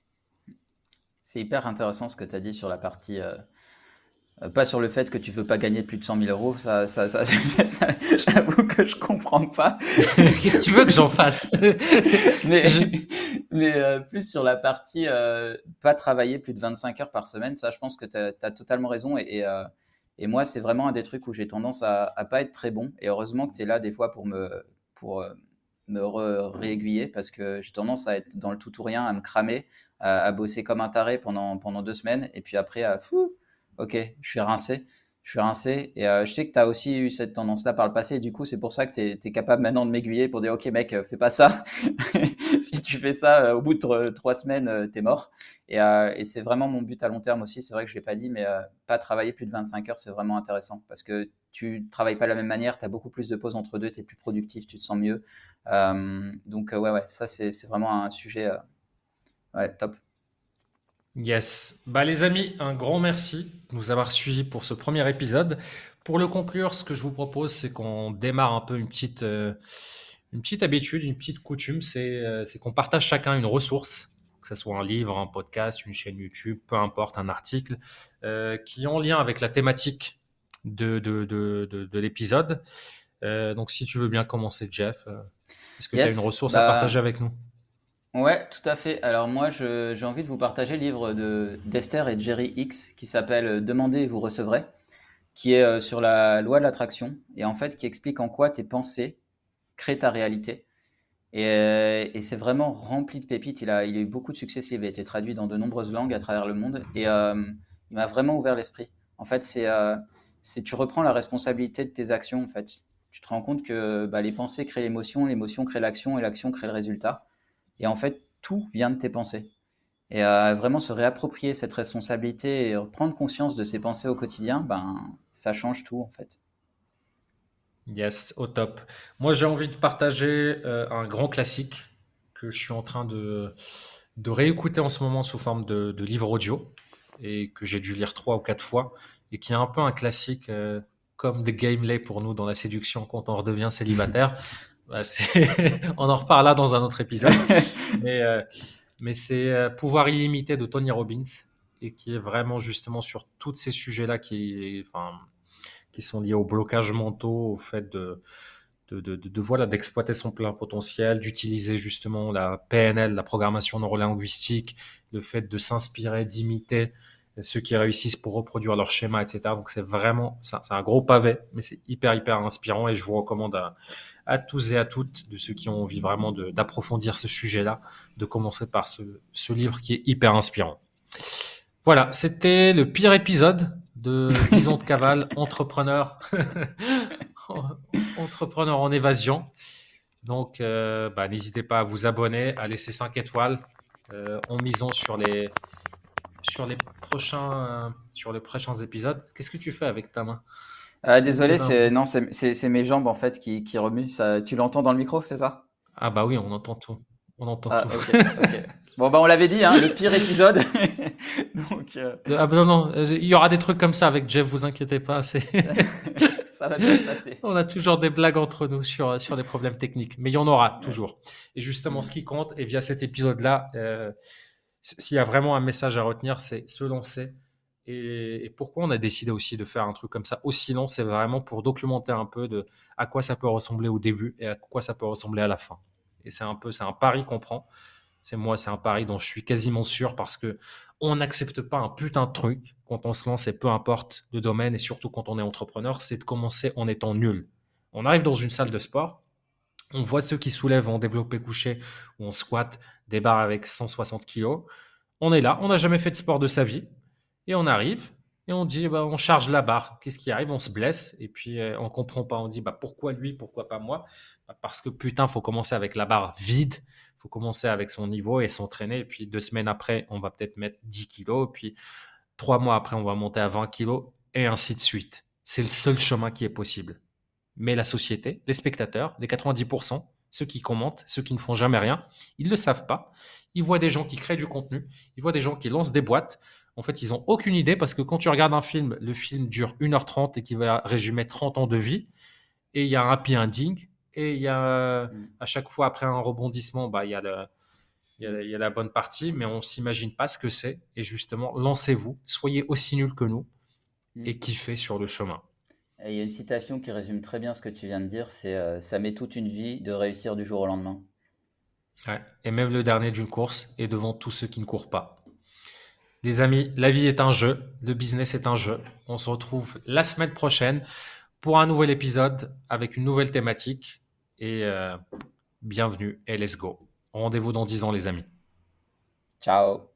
C'est hyper intéressant ce que tu as dit sur la partie. Pas sur le fait que tu veux pas gagner plus de 100 000 euros, j'avoue que je comprends pas. Qu'est-ce que tu veux que j'en fasse? Mais, Je- plus sur la partie pas travailler plus de 25 heures par semaine, ça je pense que tu as totalement raison. Et moi, c'est vraiment un des trucs où j'ai tendance à pas être très bon. Et heureusement que tu es là des fois pour réaiguiller parce que j'ai tendance à être dans le tout ou rien, à me cramer, à bosser comme un taré pendant 2 semaines. Et puis après, ok, je suis rincé. Je suis rincé et je sais que tu as aussi eu cette tendance-là par le passé. Et du coup, c'est pour ça que tu es capable maintenant de m'aiguiller pour dire, ok mec, fais pas ça. Si tu fais ça, au bout de 3 semaines, t'es mort. Et c'est vraiment mon but à long terme aussi. C'est vrai que je l'ai pas dit, mais pas travailler plus de 25 heures, c'est vraiment intéressant parce que tu travailles pas de la même manière. Tu as beaucoup plus de pauses entre deux, tu es plus productif, tu te sens mieux. Donc ouais, ça c'est vraiment un sujet ouais, top. Yes. Bah les amis, un grand merci de nous avoir suivis pour ce premier épisode. Pour le conclure, ce que je vous propose, c'est qu'on démarre un peu une petite habitude, une petite coutume, c'est qu'on partage chacun une ressource, que ce soit un livre, un podcast, une chaîne YouTube, peu importe, un article, qui est en lien avec la thématique de l'épisode. Donc si tu veux bien commencer, Jeff, est-ce que tu as une Yes, ressource à partager bah avec nous? ouais, tout à fait. Alors moi, j'ai envie de vous partager le livre d'Esther et Jerry X qui s'appelle Demandez et vous recevrez, qui est sur la loi de l'attraction et en fait qui explique en quoi tes pensées créent ta réalité. Et c'est vraiment rempli de pépites. Il a eu beaucoup de succès. Il avait été traduit dans de nombreuses langues à travers le monde. Et il m'a vraiment ouvert l'esprit. En fait, tu reprends la responsabilité de tes actions. En fait, tu te rends compte que bah, les pensées créent l'émotion crée l'action et l'action crée le résultat. Et en fait, tout vient de tes pensées. Et vraiment se réapproprier cette responsabilité et prendre conscience de ses pensées au quotidien, ben, ça change tout en fait. Yes, au top. Moi, j'ai envie de partager un grand classique que je suis en train de réécouter en ce moment sous forme de livre audio et que j'ai dû lire 3 ou 4 fois et qui est un peu un classique comme The Gameplay pour nous dans la séduction quand on redevient célibataire. Bah, on en reparlera dans un autre épisode. Mais, euh, mais c'est Pouvoir illimité de Tony Robbins et qui est vraiment justement sur tous ces sujets-là enfin, qui sont liés aux blocages mentaux, au fait voilà, d'exploiter son plein potentiel, d'utiliser justement la PNL, la programmation neurolinguistique, le fait de s'inspirer, d'imiter ceux qui réussissent pour reproduire leur schéma, etc. Donc c'est vraiment, c'est un gros pavé, mais c'est hyper inspirant et je vous recommande à tous et à toutes, de ceux qui ont envie vraiment d'approfondir ce sujet-là, de commencer par ce livre qui est hyper inspirant. Voilà, c'était le pire épisode de 10 ans de cavale, entrepreneur, entrepreneur en évasion. Donc, bah, n'hésitez pas à vous abonner, à laisser 5 étoiles en misant sur les prochains épisodes. Qu'est-ce que tu fais avec ta main? Désolé, Trouver un bruit. non, c'est mes jambes en fait qui remuent. Ça, tu l'entends dans le micro, c'est ça? Ah bah oui, on entend tout. On entend Ah, tout. ok, ok. Bon, bah on l'avait dit, hein, le pire épisode. Donc, Ah bah non, il y aura des trucs comme ça avec Jeff, vous inquiétez pas. ça va bien se passer. On a toujours des blagues entre nous sur les problèmes techniques, mais il y en aura Ouais. toujours. Et justement, ce Mm, qui compte, et via cet épisode-là, s'il y a vraiment un message à retenir, c'est se lancer. Et pourquoi on a décidé aussi de faire un truc comme ça aussi long, c'est vraiment pour documenter un peu de à quoi ça peut ressembler au début et à quoi ça peut ressembler à la fin. Et c'est un pari qu'on prend. C'est un pari dont je suis quasiment sûr parce que on n'accepte pas un putain de truc quand on se lance et peu importe le domaine et surtout quand on est entrepreneur, c'est de commencer en étant nul. On arrive dans une salle de sport, on voit ceux qui soulèvent en développé couché ou en squat des barres avec 160 kilos. On est là, on n'a jamais fait de sport de sa vie et on arrive et on dit bah, on charge la barre. Qu'est-ce qui arrive? On se blesse et puis on comprend pas. On dit bah pourquoi lui, pourquoi pas moi? Bah, parce que putain, faut commencer avec la barre vide, faut commencer avec son niveau et s'entraîner. Et puis 2 semaines après, on va peut-être mettre 10 kilos. Et puis 3 mois après, on va monter à 20 kilos et ainsi de suite. C'est le seul chemin qui est possible. Mais la société, les spectateurs, les 90%, ceux qui commentent, ceux qui ne font jamais rien, ils ne le savent pas. Ils voient des gens qui créent du contenu, ils voient des gens qui lancent des boîtes. En fait, ils n'ont aucune idée parce que quand tu regardes un film, le film dure 1h30 et qui va résumer 30 ans de vie. Et il y a un happy ending. Et il y a mm, à chaque fois après un rebondissement, bah, mm, il y a la bonne partie, mais on ne s'imagine pas ce que c'est. Et justement, lancez-vous, soyez aussi nuls que nous mm. et kiffez sur le chemin. Et il y a une citation qui résume très bien ce que tu viens de dire, c'est ça met toute une vie de réussir du jour au lendemain. Ouais. Et même le dernier d'une course est devant tous ceux qui ne courent pas. Les amis, la vie est un jeu, le business est un jeu. On se retrouve la semaine prochaine pour un nouvel épisode avec une nouvelle thématique. Et bienvenue et let's go. Rendez-vous dans 10 ans les amis. Ciao!